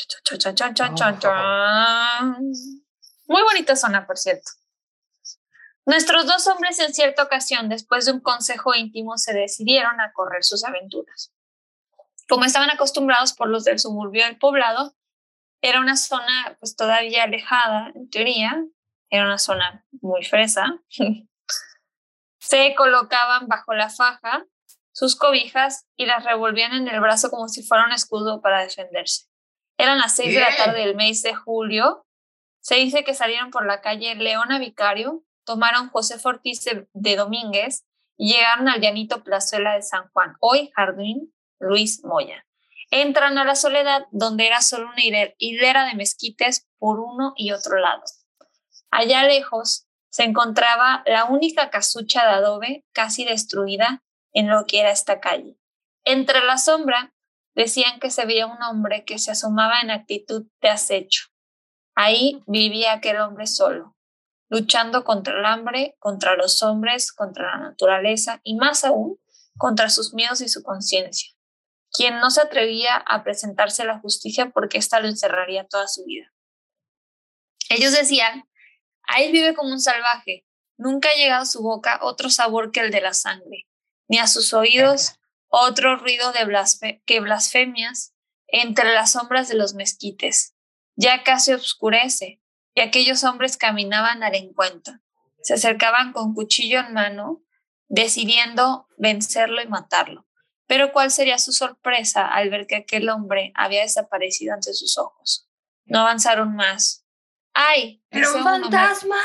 Muy bonita zona, por cierto. Nuestros dos hombres en cierta ocasión, después de un consejo íntimo, se decidieron a correr sus aventuras. Como estaban acostumbrados por los del suburbio del poblado, era una zona pues todavía alejada, en teoría, era una zona muy fresa. Se colocaban bajo la faja sus cobijas y las revolvían en el brazo como si fuera un escudo para defenderse. Eran las 6 de la tarde del mes de julio. Se dice que salieron por la calle Leona Vicario, tomaron José Ortiz de Domínguez y llegaron al llanito Plazuela de San Juan, hoy Jardín Luis Moya. Entran a la Soledad, donde era solo una hilera de mezquites por uno y otro lado. Allá lejos se encontraba la única casucha de adobe casi destruida en lo que era esta calle. Entre la sombra decían que se veía un hombre que se asomaba en actitud de acecho. Ahí vivía aquel hombre solo, luchando contra el hambre, contra los hombres, contra la naturaleza y más aún contra sus miedos y su conciencia, quien no se atrevía a presentarse a la justicia porque ésta lo encerraría toda su vida. Ellos decían: ahí vive como un salvaje, nunca ha llegado a su boca otro sabor que el de la sangre, ni a sus oídos otro ruido que blasfemias entre las sombras de los mezquites. Ya casi oscurece, y aquellos hombres caminaban al encuentro. Se acercaban con cuchillo en mano, decidiendo vencerlo y matarlo. Pero ¿cuál sería su sorpresa al ver que aquel hombre había desaparecido ante sus ojos? No avanzaron más. ¡Ay! ¡Era un fantasma!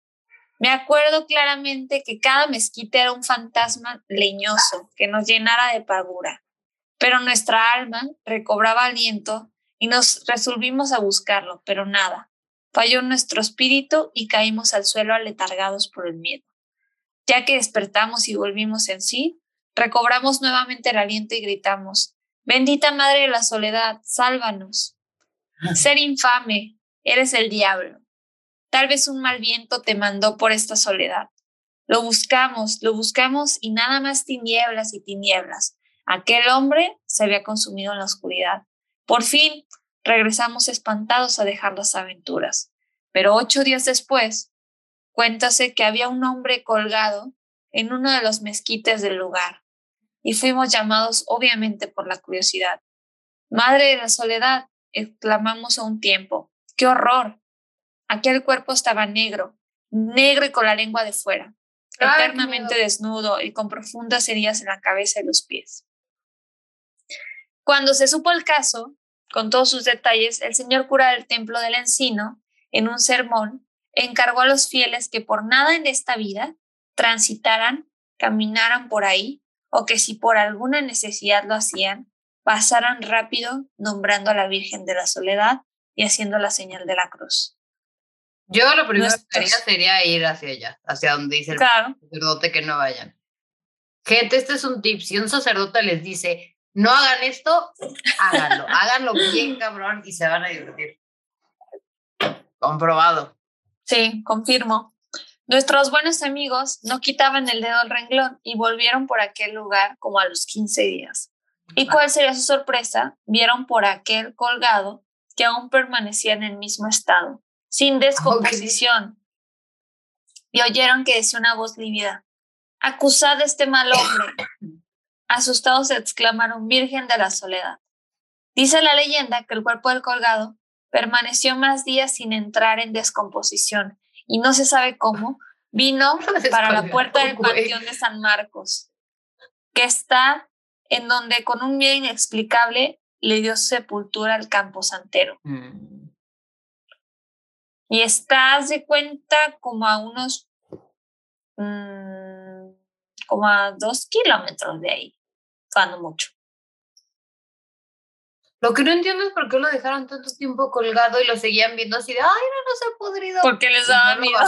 Me acuerdo claramente que cada mezquite era un fantasma leñoso que nos llenara de pavura. Pero nuestra alma recobraba aliento y nos resolvimos a buscarlo, pero nada. Falló nuestro espíritu y caímos al suelo aletargados por el miedo. Ya que despertamos y volvimos en sí, recobramos nuevamente el aliento y gritamos: bendita Madre de la Soledad, sálvanos. Ser infame, eres el diablo. Tal vez un mal viento te mandó por esta soledad. Lo buscamos y nada más tinieblas y tinieblas. Aquel hombre se había consumido en la oscuridad. Por fin regresamos espantados a dejar las aventuras. Pero 8 días después, cuéntase que había un hombre colgado en uno de los mezquites del lugar. Y fuimos llamados obviamente por la curiosidad. Madre de la Soledad, exclamamos a un tiempo. ¡Qué horror! Aquel cuerpo estaba negro y con la lengua de fuera, eternamente desnudo y con profundas heridas en la cabeza y los pies. Cuando se supo el caso, con todos sus detalles, el señor cura del templo del Encino, en un sermón, encargó a los fieles que por nada en esta vida transitaran, caminaran por ahí, o que si por alguna necesidad lo hacían, pasaran rápido nombrando a la Virgen de la Soledad y haciendo la señal de la cruz. Yo lo primero que haría sería ir hacia allá, hacia donde dice el sacerdote que no vayan. Gente, este es un tip. Si un sacerdote les dice, no hagan esto, háganlo bien, cabrón, y se van a divertir. Comprobado. Sí, confirmo. Nuestros buenos amigos no quitaban el dedo al renglón y volvieron por aquel lugar como a los 15 días. ¿Y cuál sería su sorpresa? Vieron por aquel colgado que aún permanecía en el mismo estado, sin descomposición. Y oyeron que decía una voz lívida: acusad a este mal hombre. Asustados exclamaron: Virgen de la Soledad. Dice la leyenda que el cuerpo del colgado permaneció más días sin entrar en descomposición y no se sabe cómo vino para la puerta del Panteón de San Marcos, que está en donde con un miedo inexplicable le dio sepultura al camposantero. Y estás de cuenta como a unos como a 2 kilómetros de ahí, cuando mucho. Lo que no entiendo es por qué lo dejaron tanto tiempo colgado y lo seguían viendo así de, ay, no se ha podrido. Porque les daba miedo.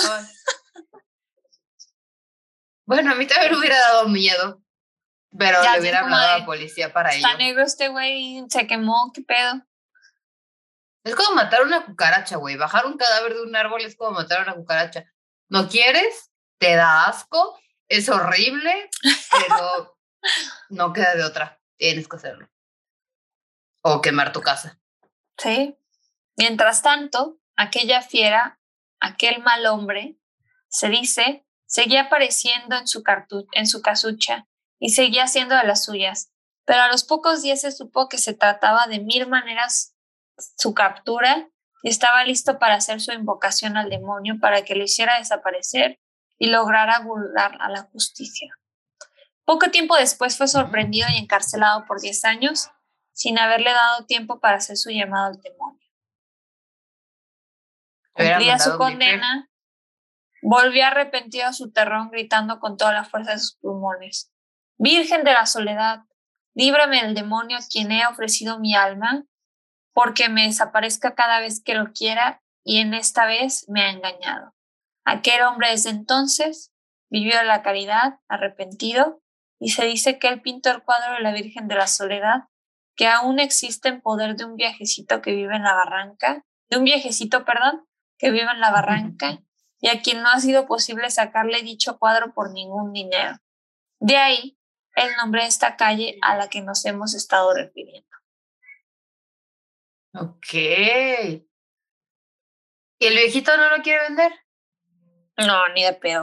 Bueno, a mí también me hubiera dado miedo, pero ya le hubiera hablado a la policía para ello. Está negro este güey, se quemó, ¿qué pedo? Es como matar una cucaracha, güey. Bajar un cadáver de un árbol es como matar una cucaracha. ¿No quieres? Te da asco, es horrible, pero no queda de otra. Tienes que hacerlo. O quemar tu casa. Sí. Mientras tanto, aquella fiera, aquel mal hombre, se dice, seguía apareciendo en su casucha y seguía haciendo de las suyas. Pero a los pocos días se supo que se trataba de 1000 maneras su captura y estaba listo para hacer su invocación al demonio para que lo hiciera desaparecer y lograra burlar a la justicia. Poco tiempo después fue sorprendido y encarcelado por 10 años, sin haberle dado tiempo para hacer su llamado al demonio. Cumplida su condena, volvió arrepentido a su terrón, gritando con toda la fuerza de sus pulmones: Virgen de la Soledad, líbrame del demonio a quien he ofrecido mi alma, porque me desaparezca cada vez que lo quiera, y en esta vez me ha engañado. Aquel hombre desde entonces vivió de la caridad, arrepentido, y se dice que él pintó el cuadro de la Virgen de la Soledad, que aún existe en poder de un viejecito que vive en la barranca, que vive en la barranca, y a quien no ha sido posible sacarle dicho cuadro por ningún dinero. De ahí el nombre de esta calle a la que nos hemos estado refiriendo. Ok. ¿Y el viejito no lo quiere vender? No, ni de pedo.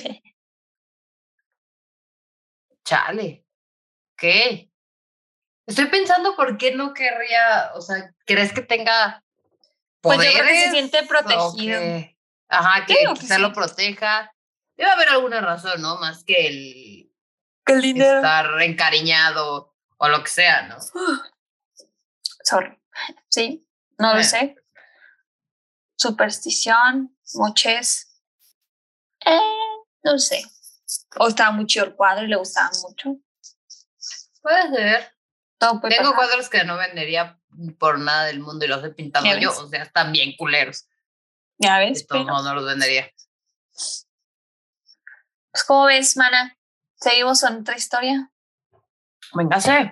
Chale. Ok. Estoy pensando por qué no querría, o sea, ¿crees que tenga poderes? Pues yo creo que se siente protegido. Ajá, que Creo quizá que lo sí. proteja. Debe haber alguna razón, ¿no? Más que el dinero. Estar encariñado o lo que sea, ¿no? Sorry. Sí, no lo sé. Superstición, moches. No sé. O estaba muy chido el cuadro y le gustaba mucho. Puede ser. Todo puede Tengo pasar. cuadros que no vendería por nada del mundo y los he pintado yo, o sea, están bien culeros. Ya ves, de todos modos no los vendería. Pues, ¿cómo ves, mana? ¿Seguimos con otra historia? Véngase.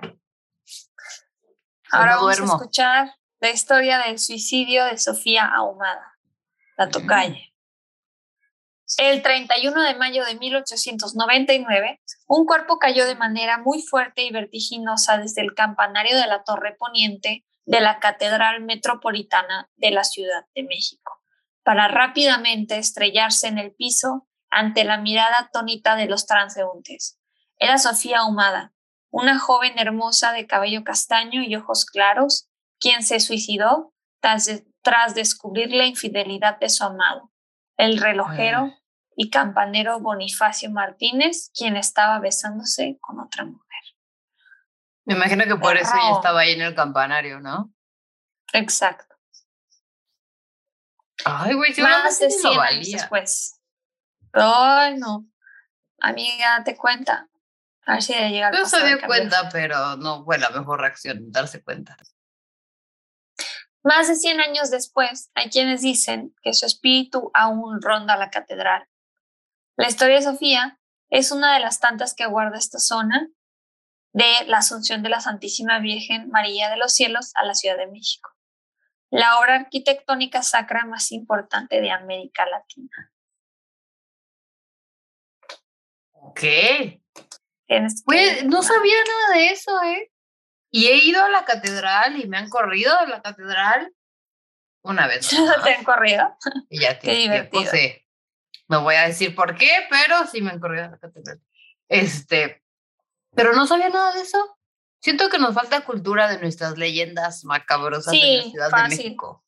Ahora vamos a escuchar la historia del suicidio de Sofía Ahumada, la tocaya. El 31 de mayo de 1899, un cuerpo cayó de manera muy fuerte y vertiginosa desde el campanario de la Torre Poniente de la Catedral Metropolitana de la Ciudad de México, para rápidamente estrellarse en el piso ante la mirada atónita de los transeúntes. Era Sofía Ahumada, una joven hermosa de cabello castaño y ojos claros, quien se suicidó tras descubrir la infidelidad de su amado, el relojero y campanero Bonifacio Martínez, quien estaba besándose con otra mujer. Me imagino que por eso ella estaba ahí en el campanario, ¿no? Exacto. Ay, güey, más de 100 años después. Ay, no. Amiga, date cuenta. A ver si le llega al Yo se dio cuenta, pero no fue la mejor reacción darse cuenta. Más de 100 años después, hay quienes dicen que su espíritu aún ronda la catedral. La historia de Sofía es una de las tantas que guarda esta zona de la Asunción de la Santísima Virgen María de los Cielos a la Ciudad de México, la obra arquitectónica sacra más importante de América Latina. ¿Qué? Pues no sabía nada de eso, ¿eh? Y he ido a la catedral y me han corrido de la catedral una vez. ¿Te han corrido? Y ya Qué divertido. Sí. No voy a decir por qué, pero sí me han corrido de la catedral. Pero no sabía nada de eso. Siento que nos falta cultura de nuestras leyendas macabrosas de la Ciudad de México.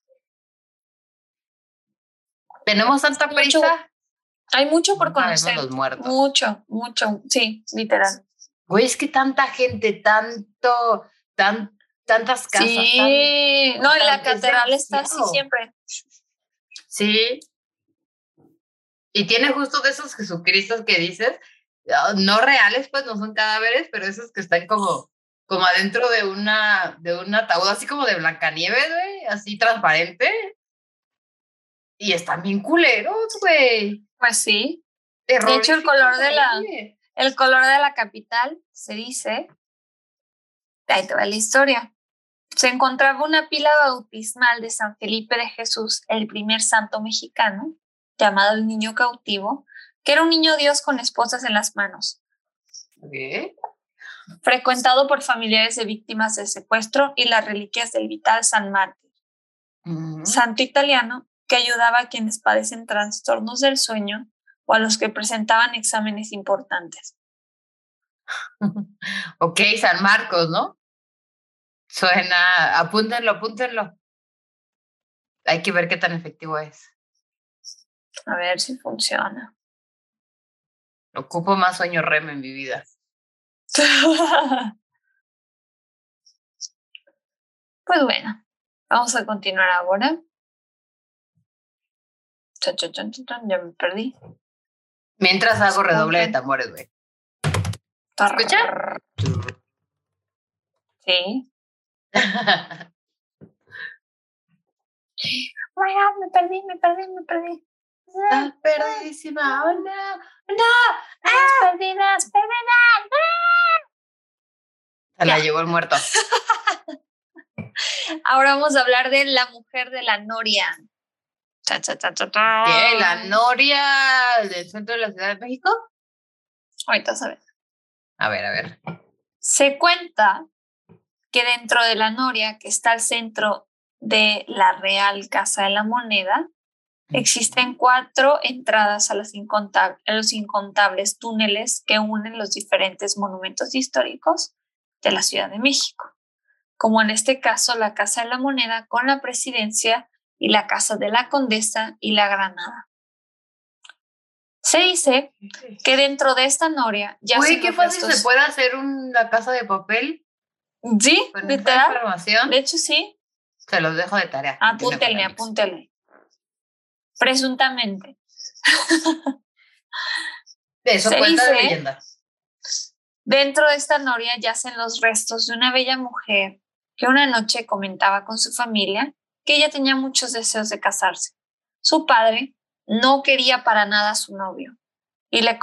¿Tenemos tanta prisa? Hay mucho por conocer. Los muertos. Mucho, sí, literal. Güey, es que tanta gente, tantas casas. Sí, no, y la catedral está así siempre. Sí. Y tiene justo de esos Jesucristos que dices, no reales, pues no son cadáveres, pero esos que están como adentro de un ataúd, así como de Blancanieves, güey, así transparente. Y están bien culeros, güey. Pues sí. De hecho, el color de la capital se dice, ahí te va la historia. Se encontraba una pila bautismal de San Felipe de Jesús, el primer santo mexicano, llamado el Niño Cautivo, que era un niño Dios con esposas en las manos. ¿Qué? Frecuentado por familiares de víctimas de secuestro y las reliquias del vital San Mártir, santo italiano que ayudaba a quienes padecen trastornos del sueño o a los que presentaban exámenes importantes. Ok, San Marcos, ¿no? Suena, apúntenlo. Hay que ver qué tan efectivo es. A ver si funciona. Ocupo más sueño REM en mi vida. Pues bueno, vamos a continuar ahora. Ya me perdí. Mientras hago redoble de tambores, güey. ¿Escucha? Sí. Oh my God, me perdí. Estás perdidísima. ¡Oh, no! Perdidas. Se la llevó el muerto. Ahora vamos a hablar de la mujer de la noria. ¿Qué? ¿La noria del centro de la Ciudad de México? Ahorita sabes. A ver. Se cuenta que dentro de la noria, que está al centro de la Real Casa de la Moneda, existen 4 entradas a los incontables túneles que unen los diferentes monumentos históricos de la Ciudad de México, como en este caso la Casa de la Moneda con la Presidencia y la Casa de la Condesa y la Granada. Se dice que dentro de esta noria ya Uy, qué fácil se puede hacer una casa de papel. Sí, con literal. esta información. De hecho, sí. Se los dejo de tarea. Apúntenle. Presuntamente. De eso cuenta la leyenda. Dentro de esta noria yacen los restos de una bella mujer que una noche comentaba con su familia que ella tenía muchos deseos de casarse. Su padre no quería para nada a su novio y le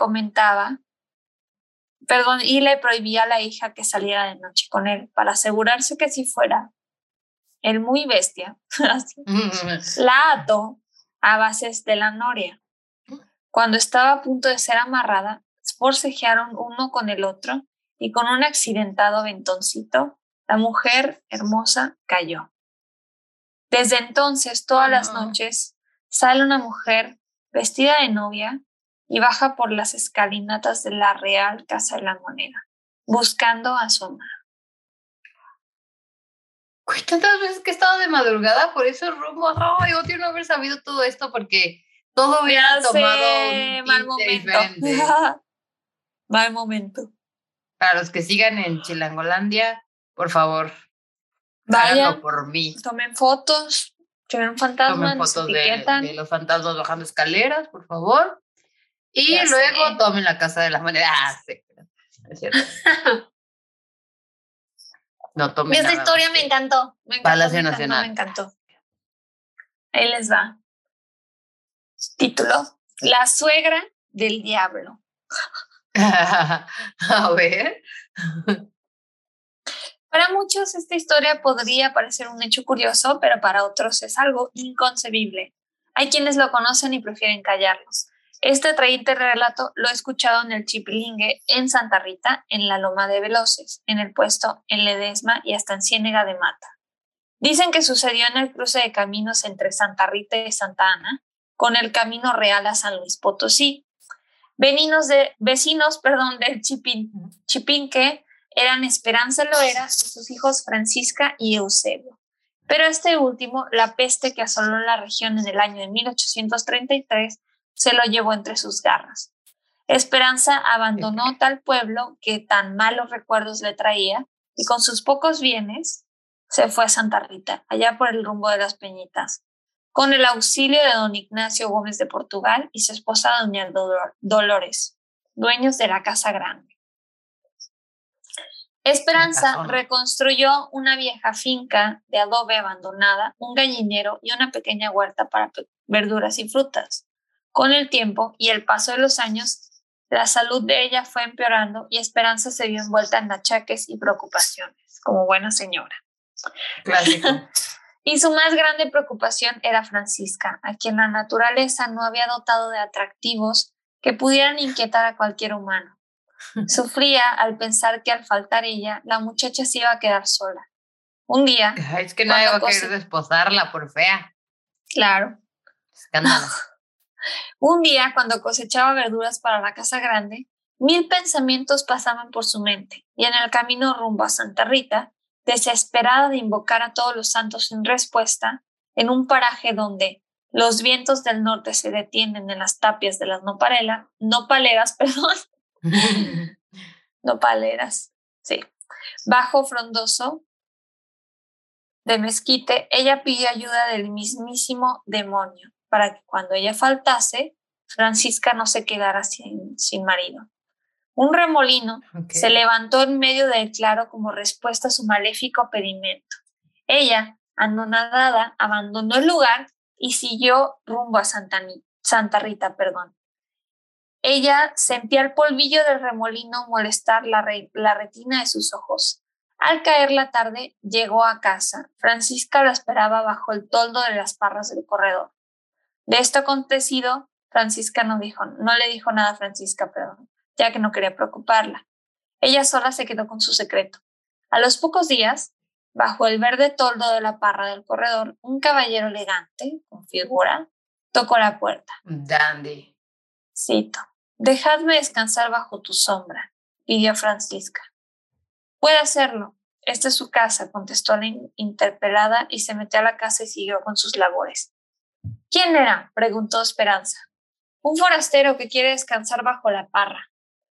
prohibía a la hija que saliera de noche con él para asegurarse que si fuera él muy bestia, la ató a bases de la noria. Cuando estaba a punto de ser amarrada, forcejearon uno con el otro y con un accidentado aventoncito, la mujer hermosa cayó. Desde entonces, todas las noches, sale una mujer vestida de novia y baja por las escalinatas de la Real Casa de la Moneda, buscando a su amado. Tantas veces que he estado de madrugada por esos rumbos. Ay, odio no haber sabido todo esto porque todo hubiera tomado un mal momento. diferente. Mal momento. Para los que sigan en Chilangolandia, por favor, vayan, háganlo por mí. Tomen fotos, lleven un fantasma, tomen fotos de los fantasmas bajando escaleras, por favor. Y ya luego tomen la Casa de la Moneda. Sí, es cierto. No tomen esta nada historia más me encantó. Palacio Nacional. Me encantó. Ahí les va. Título: La suegra del diablo. A ver. Para muchos esta historia podría parecer un hecho curioso, pero para otros es algo inconcebible. Hay quienes lo conocen y prefieren callarlos. Este atrayente relato lo he escuchado en el Chipilingue, en Santa Rita, en la Loma de Veloces, en el Puesto, en Ledesma y hasta en Ciénega de Mata. Dicen que sucedió en el cruce de caminos entre Santa Rita y Santa Ana, con el camino real a San Luis Potosí. Vecinos del Chipinque eran Esperanza Loera y sus hijos Francisca y Eusebio. Pero este último, la peste que asoló la región en el año de 1833, se lo llevó entre sus garras. Esperanza abandonó tal pueblo que tan malos recuerdos le traía y con sus pocos bienes se fue a Santa Rita, allá por el rumbo de las Peñitas, con el auxilio de don Ignacio Gómez de Portugal y su esposa doña Dolores, dueños de la Casa Grande. Esperanza reconstruyó una vieja finca de adobe abandonada, un gallinero y una pequeña huerta para verduras y frutas. Con el tiempo y el paso de los años, la salud de ella fue empeorando y Esperanza se vio envuelta en achaques y preocupaciones, como buena señora. Clásico. Y su más grande preocupación era Francisca, a quien la naturaleza no había dotado de atractivos que pudieran inquietar a cualquier humano. Sufría al pensar que al faltar ella, la muchacha se iba a quedar sola. Un día... Es que nadie va a querer desposarla por fea. Claro. Escándalo. Un día, cuando cosechaba verduras para la casa grande, 1000 pensamientos pasaban por su mente, y en el camino rumbo a Santa Rita, desesperada de invocar a todos los santos sin respuesta, en un paraje donde los vientos del norte se detienen en las tapias de las nopaleras, nopaleras, sí. Bajo frondoso de mezquite, ella pidió ayuda del mismísimo demonio para que cuando ella faltase, Francisca no se quedara sin marido. Un remolino se levantó en medio del claro como respuesta a su maléfico pedimento. Ella, anonadada, abandonó el lugar y siguió rumbo a Santa Rita. Ella sentía el polvillo del remolino molestar la retina de sus ojos. Al caer la tarde, llegó a casa. Francisca la esperaba bajo el toldo de las parras del corredor. De esto acontecido, Francisca no le dijo nada a Francisca, ya que no quería preocuparla. Ella sola se quedó con su secreto. A los pocos días, bajo el verde toldo de la parra del corredor, un caballero elegante, con figura, tocó la puerta. Dandy. Cito: «Dejadme descansar bajo tu sombra», pidió Francisca. «Puede hacerlo. Esta es su casa», contestó la interpelada y se metió a la casa y siguió con sus labores. «¿Quién era?», preguntó Esperanza. «Un forastero que quiere descansar bajo la parra».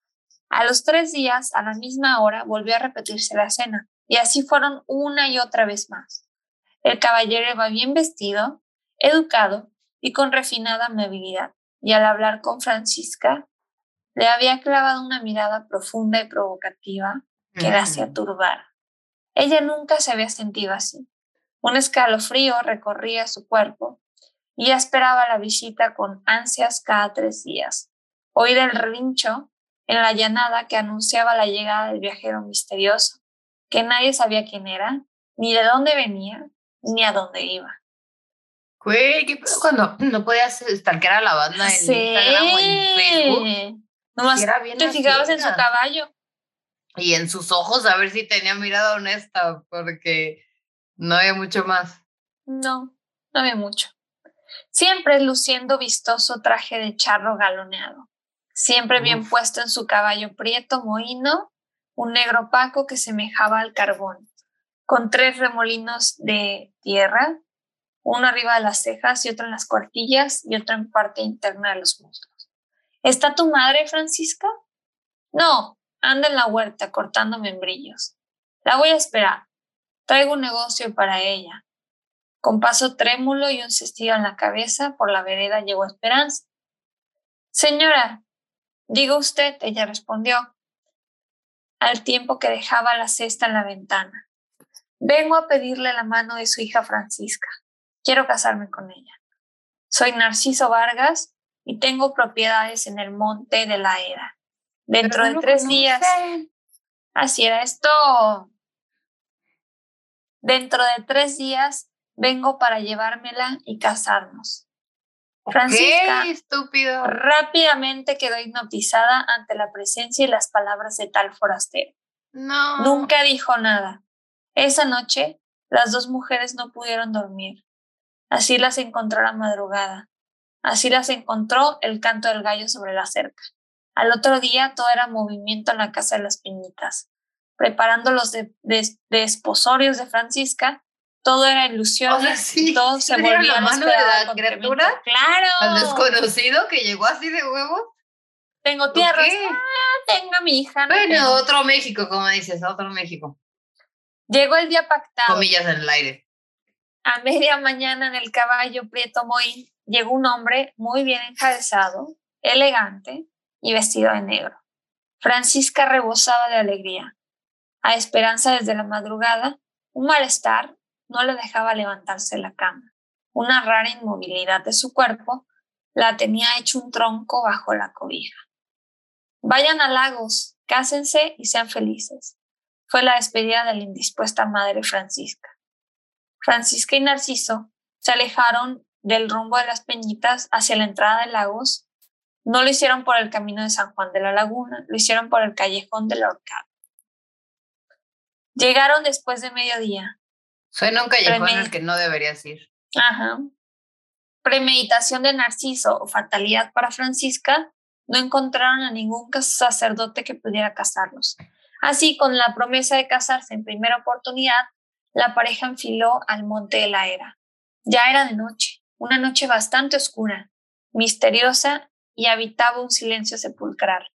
A los 3 días, a la misma hora, volvió a repetirse la escena, y así fueron una y otra vez más. El caballero iba bien vestido, educado y con refinada amabilidad, y al hablar con Francisca, le había clavado una mirada profunda y provocativa que la hacía turbar. Ella nunca se había sentido así. Un escalofrío recorría su cuerpo y ella esperaba la visita con ansias cada 3 días. Oír el relincho en la llanada que anunciaba la llegada del viajero misterioso, que nadie sabía quién era, ni de dónde venía, ni a dónde iba. Güey, ¿qué pedo cuando no podías stalkear a la banda en Instagram o en Facebook? Nomás era bien te fijabas en su caballo. Y en sus ojos a ver si tenía mirada honesta, porque no había mucho más. No había mucho. Siempre luciendo vistoso traje de charro galoneado. Siempre bien puesto en su caballo prieto mohino, un negro opaco que semejaba al carbón, con 3 remolinos de tierra, uno arriba de las cejas y otro en las cuartillas y otro en parte interna de los muslos. ¿Está tu madre, Francisca? No, anda en la huerta cortando membrillos. La voy a esperar. Traigo un negocio para ella. Con paso trémulo y un cestillo en la cabeza, por la vereda llegó Esperanza. Señora, diga usted, ella respondió, al tiempo que dejaba la cesta en la ventana. Vengo a pedirle la mano de su hija Francisca. Quiero casarme con ella. Soy Narciso Vargas y tengo propiedades en el Monte de la Era. Dentro de 3 días. Así era esto. Dentro de 3 días vengo para llevármela y casarnos. Francisca, estúpido, rápidamente quedó hipnotizada ante la presencia y las palabras de tal forastero. No. Nunca dijo nada. Esa noche, las 2 mujeres no pudieron dormir. Así las encontró la madrugada. Así las encontró el canto del gallo sobre la cerca. Al otro día, todo era movimiento en la casa de las Peñitas. Preparando los desposorios de Francisca, todo era ilusión, o sea, sí, todo se volvía la mano de la criatura. ¡Claro! Al desconocido que llegó así de huevo. Tengo tierras. Tengo a mi hija. Bueno, otro México, como dices, otro México. Llegó el día pactado. Comillas en el aire. A media mañana en el caballo prieto mohín llegó un hombre muy bien enjaezado, elegante y vestido de negro. Francisca rebosaba de alegría. A Esperanza desde la madrugada, un malestar no le dejaba levantarse de la cama. Una rara inmovilidad de su cuerpo la tenía hecho un tronco bajo la cobija. Vayan a Lagos, cásense y sean felices. Fue la despedida de la indispuesta madre Francisca. Francisca y Narciso se alejaron del rumbo de las Peñitas hacia la entrada de Lagos. No lo hicieron por el camino de San Juan de la Laguna, lo hicieron por el callejón del Horcado. Llegaron después de mediodía. Suena un callejón en el que no deberías ir. Ajá. Premeditación de Narciso o fatalidad para Francisca, no encontraron a ningún sacerdote que pudiera casarlos. Así, con la promesa de casarse en primera oportunidad, la pareja enfiló al Monte de la Era. Ya era de noche, una noche bastante oscura, misteriosa, y habitaba un silencio sepulcral.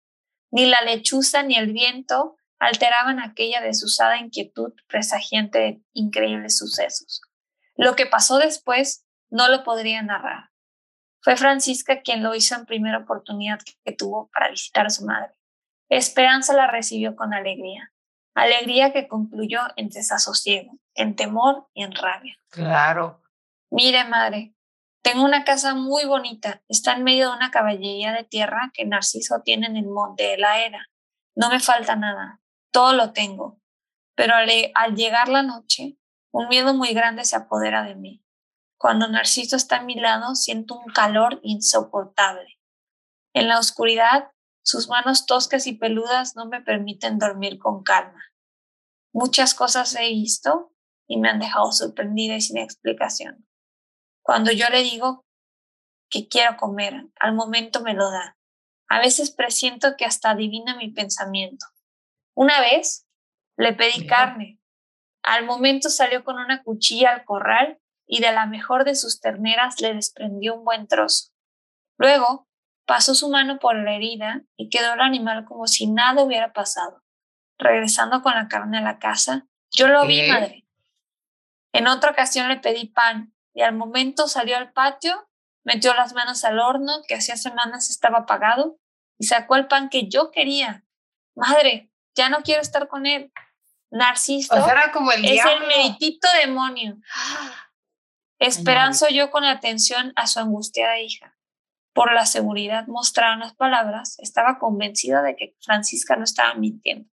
Ni la lechuza ni el viento alteraban aquella desusada inquietud presagiante de increíbles sucesos. Lo que pasó después no lo podría narrar. Fue Francisca quien lo hizo en primera oportunidad que tuvo para visitar a su madre. Esperanza la recibió con alegría. Alegría que concluyó en desasosiego, en temor y en rabia. Claro. Mire, madre, tengo una casa muy bonita. Está en medio de una caballería de tierra que Narciso tiene en el monte de la Era. No me falta nada. Todo lo tengo. Pero al llegar la noche, un miedo muy grande se apodera de mí. Cuando Narciso está a mi lado, siento un calor insoportable. En la oscuridad, sus manos toscas y peludas no me permiten dormir con calma. Muchas cosas he visto y me han dejado sorprendida y sin explicación. Cuando yo le digo que quiero comer, al momento me lo da. A veces presiento que hasta adivina mi pensamiento. Una vez le pedí carne. Al momento salió con una cuchilla al corral y de la mejor de sus terneras le desprendió un buen trozo. Luego pasó su mano por la herida y quedó el animal como si nada hubiera pasado. Regresando con la carne a la casa, yo lo vi, madre. En otra ocasión le pedí pan y al momento salió al patio, metió las manos al horno que hacía semanas estaba apagado y sacó el pan que yo quería. Madre, ya no quiero estar con él. Narciso era como el es diablo. el meritito demonio. Esperanza oyó con atención a su angustiada hija. Por la seguridad mostrada en las palabras, estaba convencida de que Francisca no estaba mintiendo.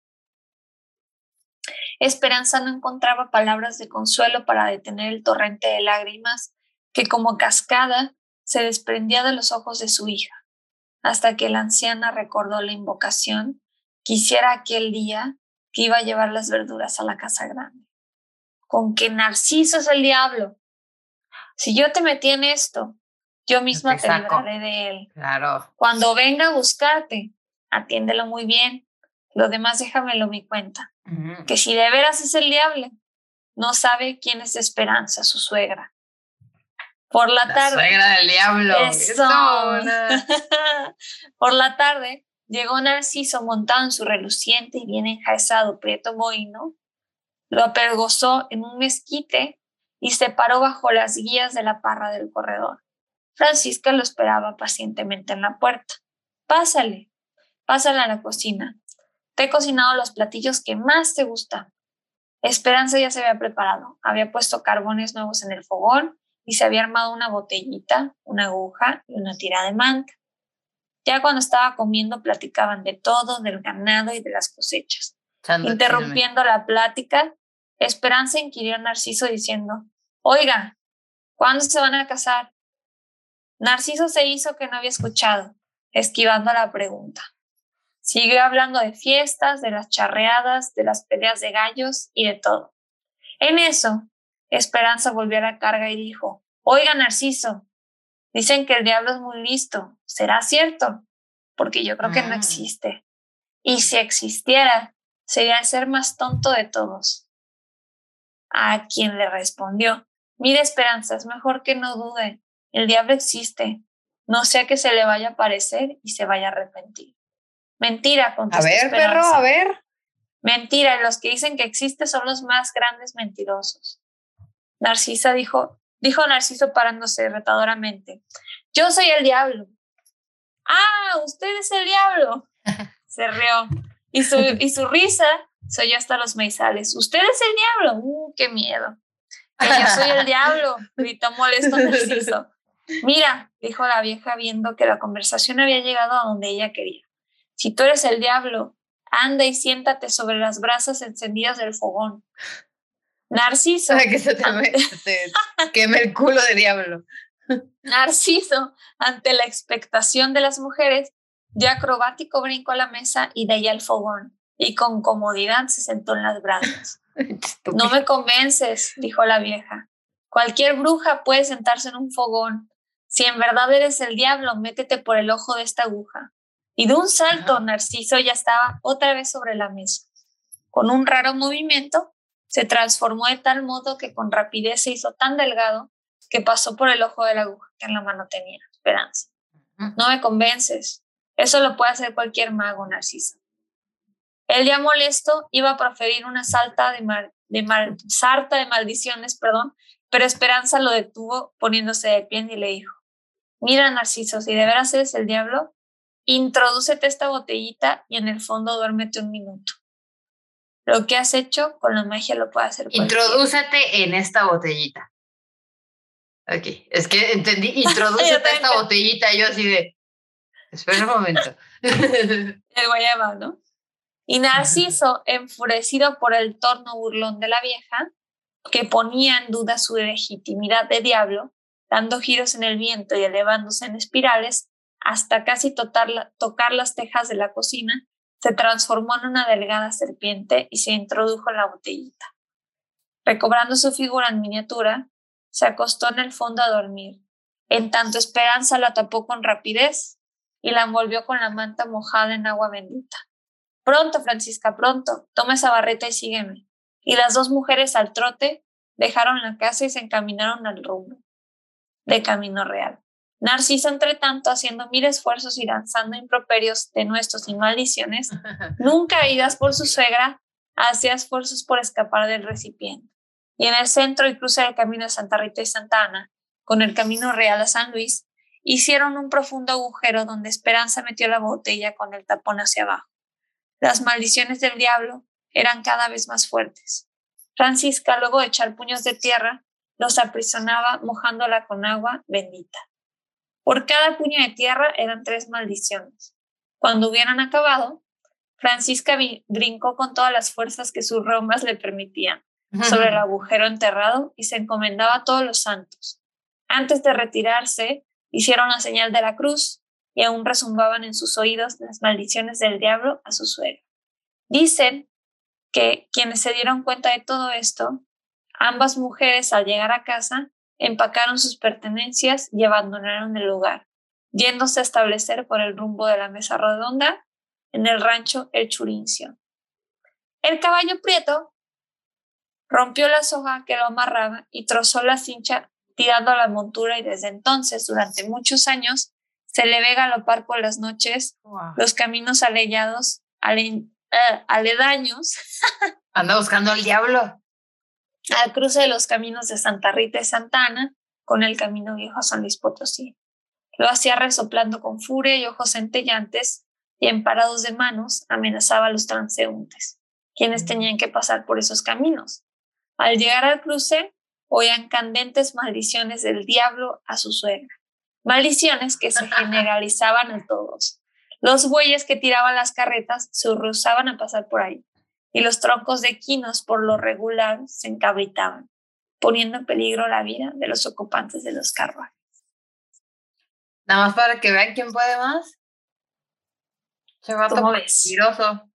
Esperanza no encontraba palabras de consuelo para detener el torrente de lágrimas que como cascada se desprendía de los ojos de su hija, hasta que la anciana recordó la invocación que hiciera aquel día que iba a llevar las verduras a la casa grande. Con que Narciso es el diablo. Si yo te metí en esto, yo misma te libraré de él. Claro. Cuando venga a buscarte, atiéndelo muy bien. Lo demás déjamelo mi cuenta. Que si de veras es el diablo, no sabe quién es Esperanza, su suegra. Por la tarde. Suegra del diablo. Por la tarde llegó Narciso montado en su reluciente y bien enjaezado prieto mohino. Lo apergozó en un mezquite y se paró bajo las guías de la parra del corredor. Francisca lo esperaba pacientemente en la puerta. Pásale a la cocina. Te he cocinado los platillos que más te gustan. Esperanza ya se había preparado. Había puesto carbones nuevos en el fogón y se había armado una botellita, una aguja y una tira de manta. Ya cuando estaba comiendo platicaban de todo, del ganado y de las cosechas. Interrumpiendo la plática, Esperanza inquirió a Narciso diciendo: «Oiga, ¿cuándo se van a casar?» Narciso se hizo que no había escuchado, esquivando la pregunta. Siguió hablando de fiestas, de las charreadas, de las peleas de gallos y de todo. En eso, Esperanza volvió a la carga y dijo: «Oiga, Narciso, dicen que el diablo es muy listo. ¿Será cierto? Porque yo creo que no existe. Y si existiera, sería el ser más tonto de todos». A quien le respondió: «Mire, Esperanza, es mejor que no dude. El diablo existe. No sea que se le vaya a aparecer y se vaya a arrepentir». «Mentira», contestó Esperanza. Perro, a ver. «Mentira, y los que dicen que existe son los más grandes mentirosos». Narcisa dijo Narciso parándose retadoramente: «Yo soy el diablo». «Ah, usted es el diablo». Se rió y su risa se oyó hasta los maizales. «¿Usted es el diablo?» ¡Qué miedo! «Que yo soy el diablo», gritó molesto Narciso. «Mira», dijo la vieja viendo que la conversación había llegado a donde ella quería. «Si tú eres el diablo, anda y siéntate sobre las brasas encendidas del fogón». Narciso. Que se te queme el culo de diablo. Narciso, ante la expectación de las mujeres, dio acrobático brinco a la mesa y de ahí al fogón, y con comodidad se sentó en las brasas. «No me convences», dijo la vieja. «Cualquier bruja puede sentarse en un fogón. Si en verdad eres el diablo, métete por el ojo de esta aguja». Y de un salto, Narciso ya estaba otra vez sobre la mesa. Con un raro movimiento, se transformó de tal modo que con rapidez se hizo tan delgado que pasó por el ojo de la aguja que en la mano tenía Esperanza. «No me convences», Eso lo puede hacer cualquier mago, Narciso. El día molesto iba a proferir una sarta de maldiciones, pero Esperanza lo detuvo poniéndose de pie y le dijo: mira, Narciso, si de veras eres el diablo, introdúcete esta botellita y en el fondo duérmete un minuto. Lo que has hecho con la magia lo puede hacer cualquiera. Introdúcete en esta botellita. Ok, es que entendí, introdúcete esta botellita, y yo así de, espera un momento. El guayaba, ¿no? Y Narciso, enfurecido por el torno burlón de la vieja, que ponía en duda su legitimidad de diablo, dando giros en el viento y elevándose en espirales hasta casi tocar las tejas de la cocina, se transformó en una delgada serpiente y se introdujo en la botellita. Recobrando su figura en miniatura, se acostó en el fondo a dormir. En tanto Esperanza la tapó con rapidez y la envolvió con la manta mojada en agua bendita. Pronto, Francisca, pronto, toma esa barreta y sígueme. Y las dos mujeres al trote dejaron la casa y se encaminaron al rumbo de Camino Real. Narciso, entre tanto, haciendo 1000 esfuerzos y lanzando improperios denuestos y maldiciones, nunca oídas por su suegra, hacía esfuerzos por escapar del recipiente. Y en el centro y cruce del camino de Santa Rita y Santa Ana, con el Camino Real a San Luis, hicieron un profundo agujero donde Esperanza metió la botella con el tapón hacia abajo. Las maldiciones del diablo eran cada vez más fuertes. Francisca, luego de echar puños de tierra, los aprisionaba mojándola con agua bendita. Por cada puño de tierra eran 3 maldiciones. Cuando hubieran acabado, Francisca brincó con todas las fuerzas que sus romas le permitían sobre el agujero enterrado y se encomendaba a todos los santos. Antes de retirarse, hicieron la señal de la cruz y aún resumbaban en sus oídos las maldiciones del diablo a su suegra. Dicen que quienes se dieron cuenta de todo esto, ambas mujeres al llegar a casa empacaron sus pertenencias y abandonaron el lugar, yéndose a establecer por el rumbo de la mesa redonda en el rancho El Churincio. El caballo prieto rompió la soga que lo amarraba y trozó la cincha tirando a la montura, y desde entonces, durante muchos años, se le ve galopar por las noches los caminos aledaños. Anda buscando al diablo. Al cruce de los caminos de Santa Rita y Santa Ana con el camino viejo a San Luis Potosí. Lo hacía resoplando con furia y ojos centellantes, y en parados de manos amenazaba a los transeúntes, quienes tenían que pasar por esos caminos. Al llegar al cruce, oían candentes maldiciones del diablo a su suegra. Maldiciones que se generalizaban a todos. Los bueyes que tiraban las carretas se rehusaban a pasar por ahí, y los troncos de quinos por lo regular se encabritaban, poniendo en peligro la vida de los ocupantes de los carruajes. Nada más para que vean quién puede más. Se va a tomar mentiroso.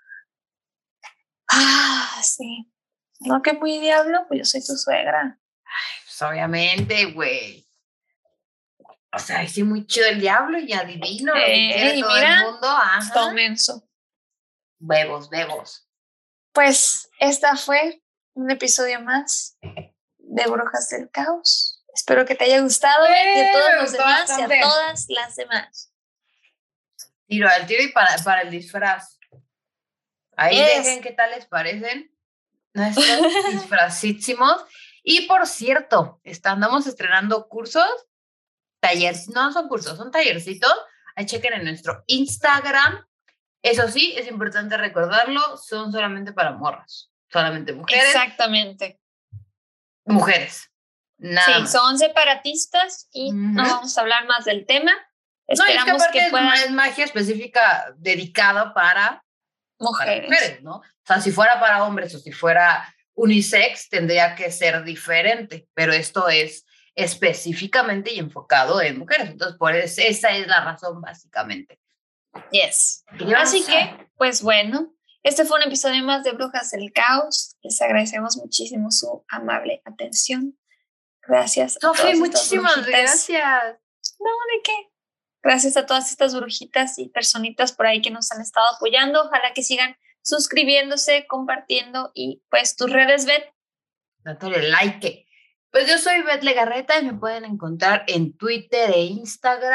Sí. No, que muy diablo, pues yo soy tu suegra. Ay, pues obviamente, güey. O sea, sí, muy chido el diablo y adivino lo que quiere todo mira, el mundo. Ajá. Tomenso. Bebos. Pues esta fue un episodio más de Brujas del Caos. Espero que te haya gustado y a todos los demás bastante. Y a todas las demás. Tiro al tiro y para el disfraz. Ahí dejen qué tal les parecen nuestros disfrazísimos. Y por cierto, andamos estrenando cursos, talleres, no son cursos, son tallercitos. Ahí chequen en nuestro Instagram. Eso sí, es importante recordarlo, son solamente para morras, solamente mujeres. Exactamente. Mujeres. Nada más. Son separatistas y no vamos a hablar más del tema. Esperamos no, es que es magia específica dedicada para mujeres, ¿no? O sea, si fuera para hombres o si fuera unisex, tendría que ser diferente, pero esto es específicamente y enfocado en mujeres. Entonces, esa es la razón, básicamente. Yes. Así que, pues bueno, este fue un episodio más de Brujas del Caos. Les agradecemos muchísimo su amable atención. Gracias. Sofi, muchísimas gracias. No, ¿de qué? Gracias a todas estas brujitas y personitas por ahí que nos han estado apoyando. Ojalá que sigan suscribiéndose, compartiendo y pues tus redes, Beth. Dándole like. Pues yo soy Beth Legarreta y me pueden encontrar en Twitter e Instagram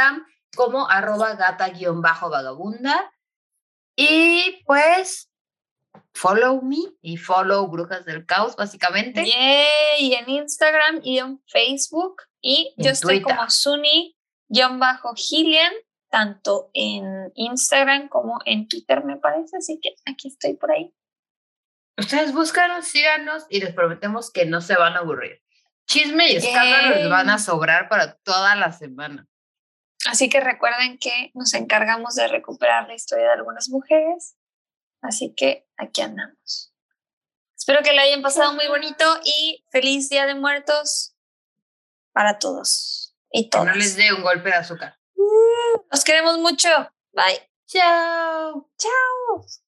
como @gata_vagabunda. Y pues, follow me y follow Brujas del Caos, básicamente. Y en Instagram y en Facebook. Y yo estoy Twitter como Suni_Gillian, tanto en Instagram como en Twitter, me parece. Así que aquí estoy por ahí. Ustedes búscanos, síganos y les prometemos que no se van a aburrir. Chisme y escándalo les van a sobrar para toda la semana. Así que recuerden que nos encargamos de recuperar la historia de algunas mujeres. Así que aquí andamos. Espero que lo hayan pasado muy bonito y feliz Día de Muertos para todos y todas. Que no les dé un golpe de azúcar. Los queremos mucho. Bye. Chao. Chao.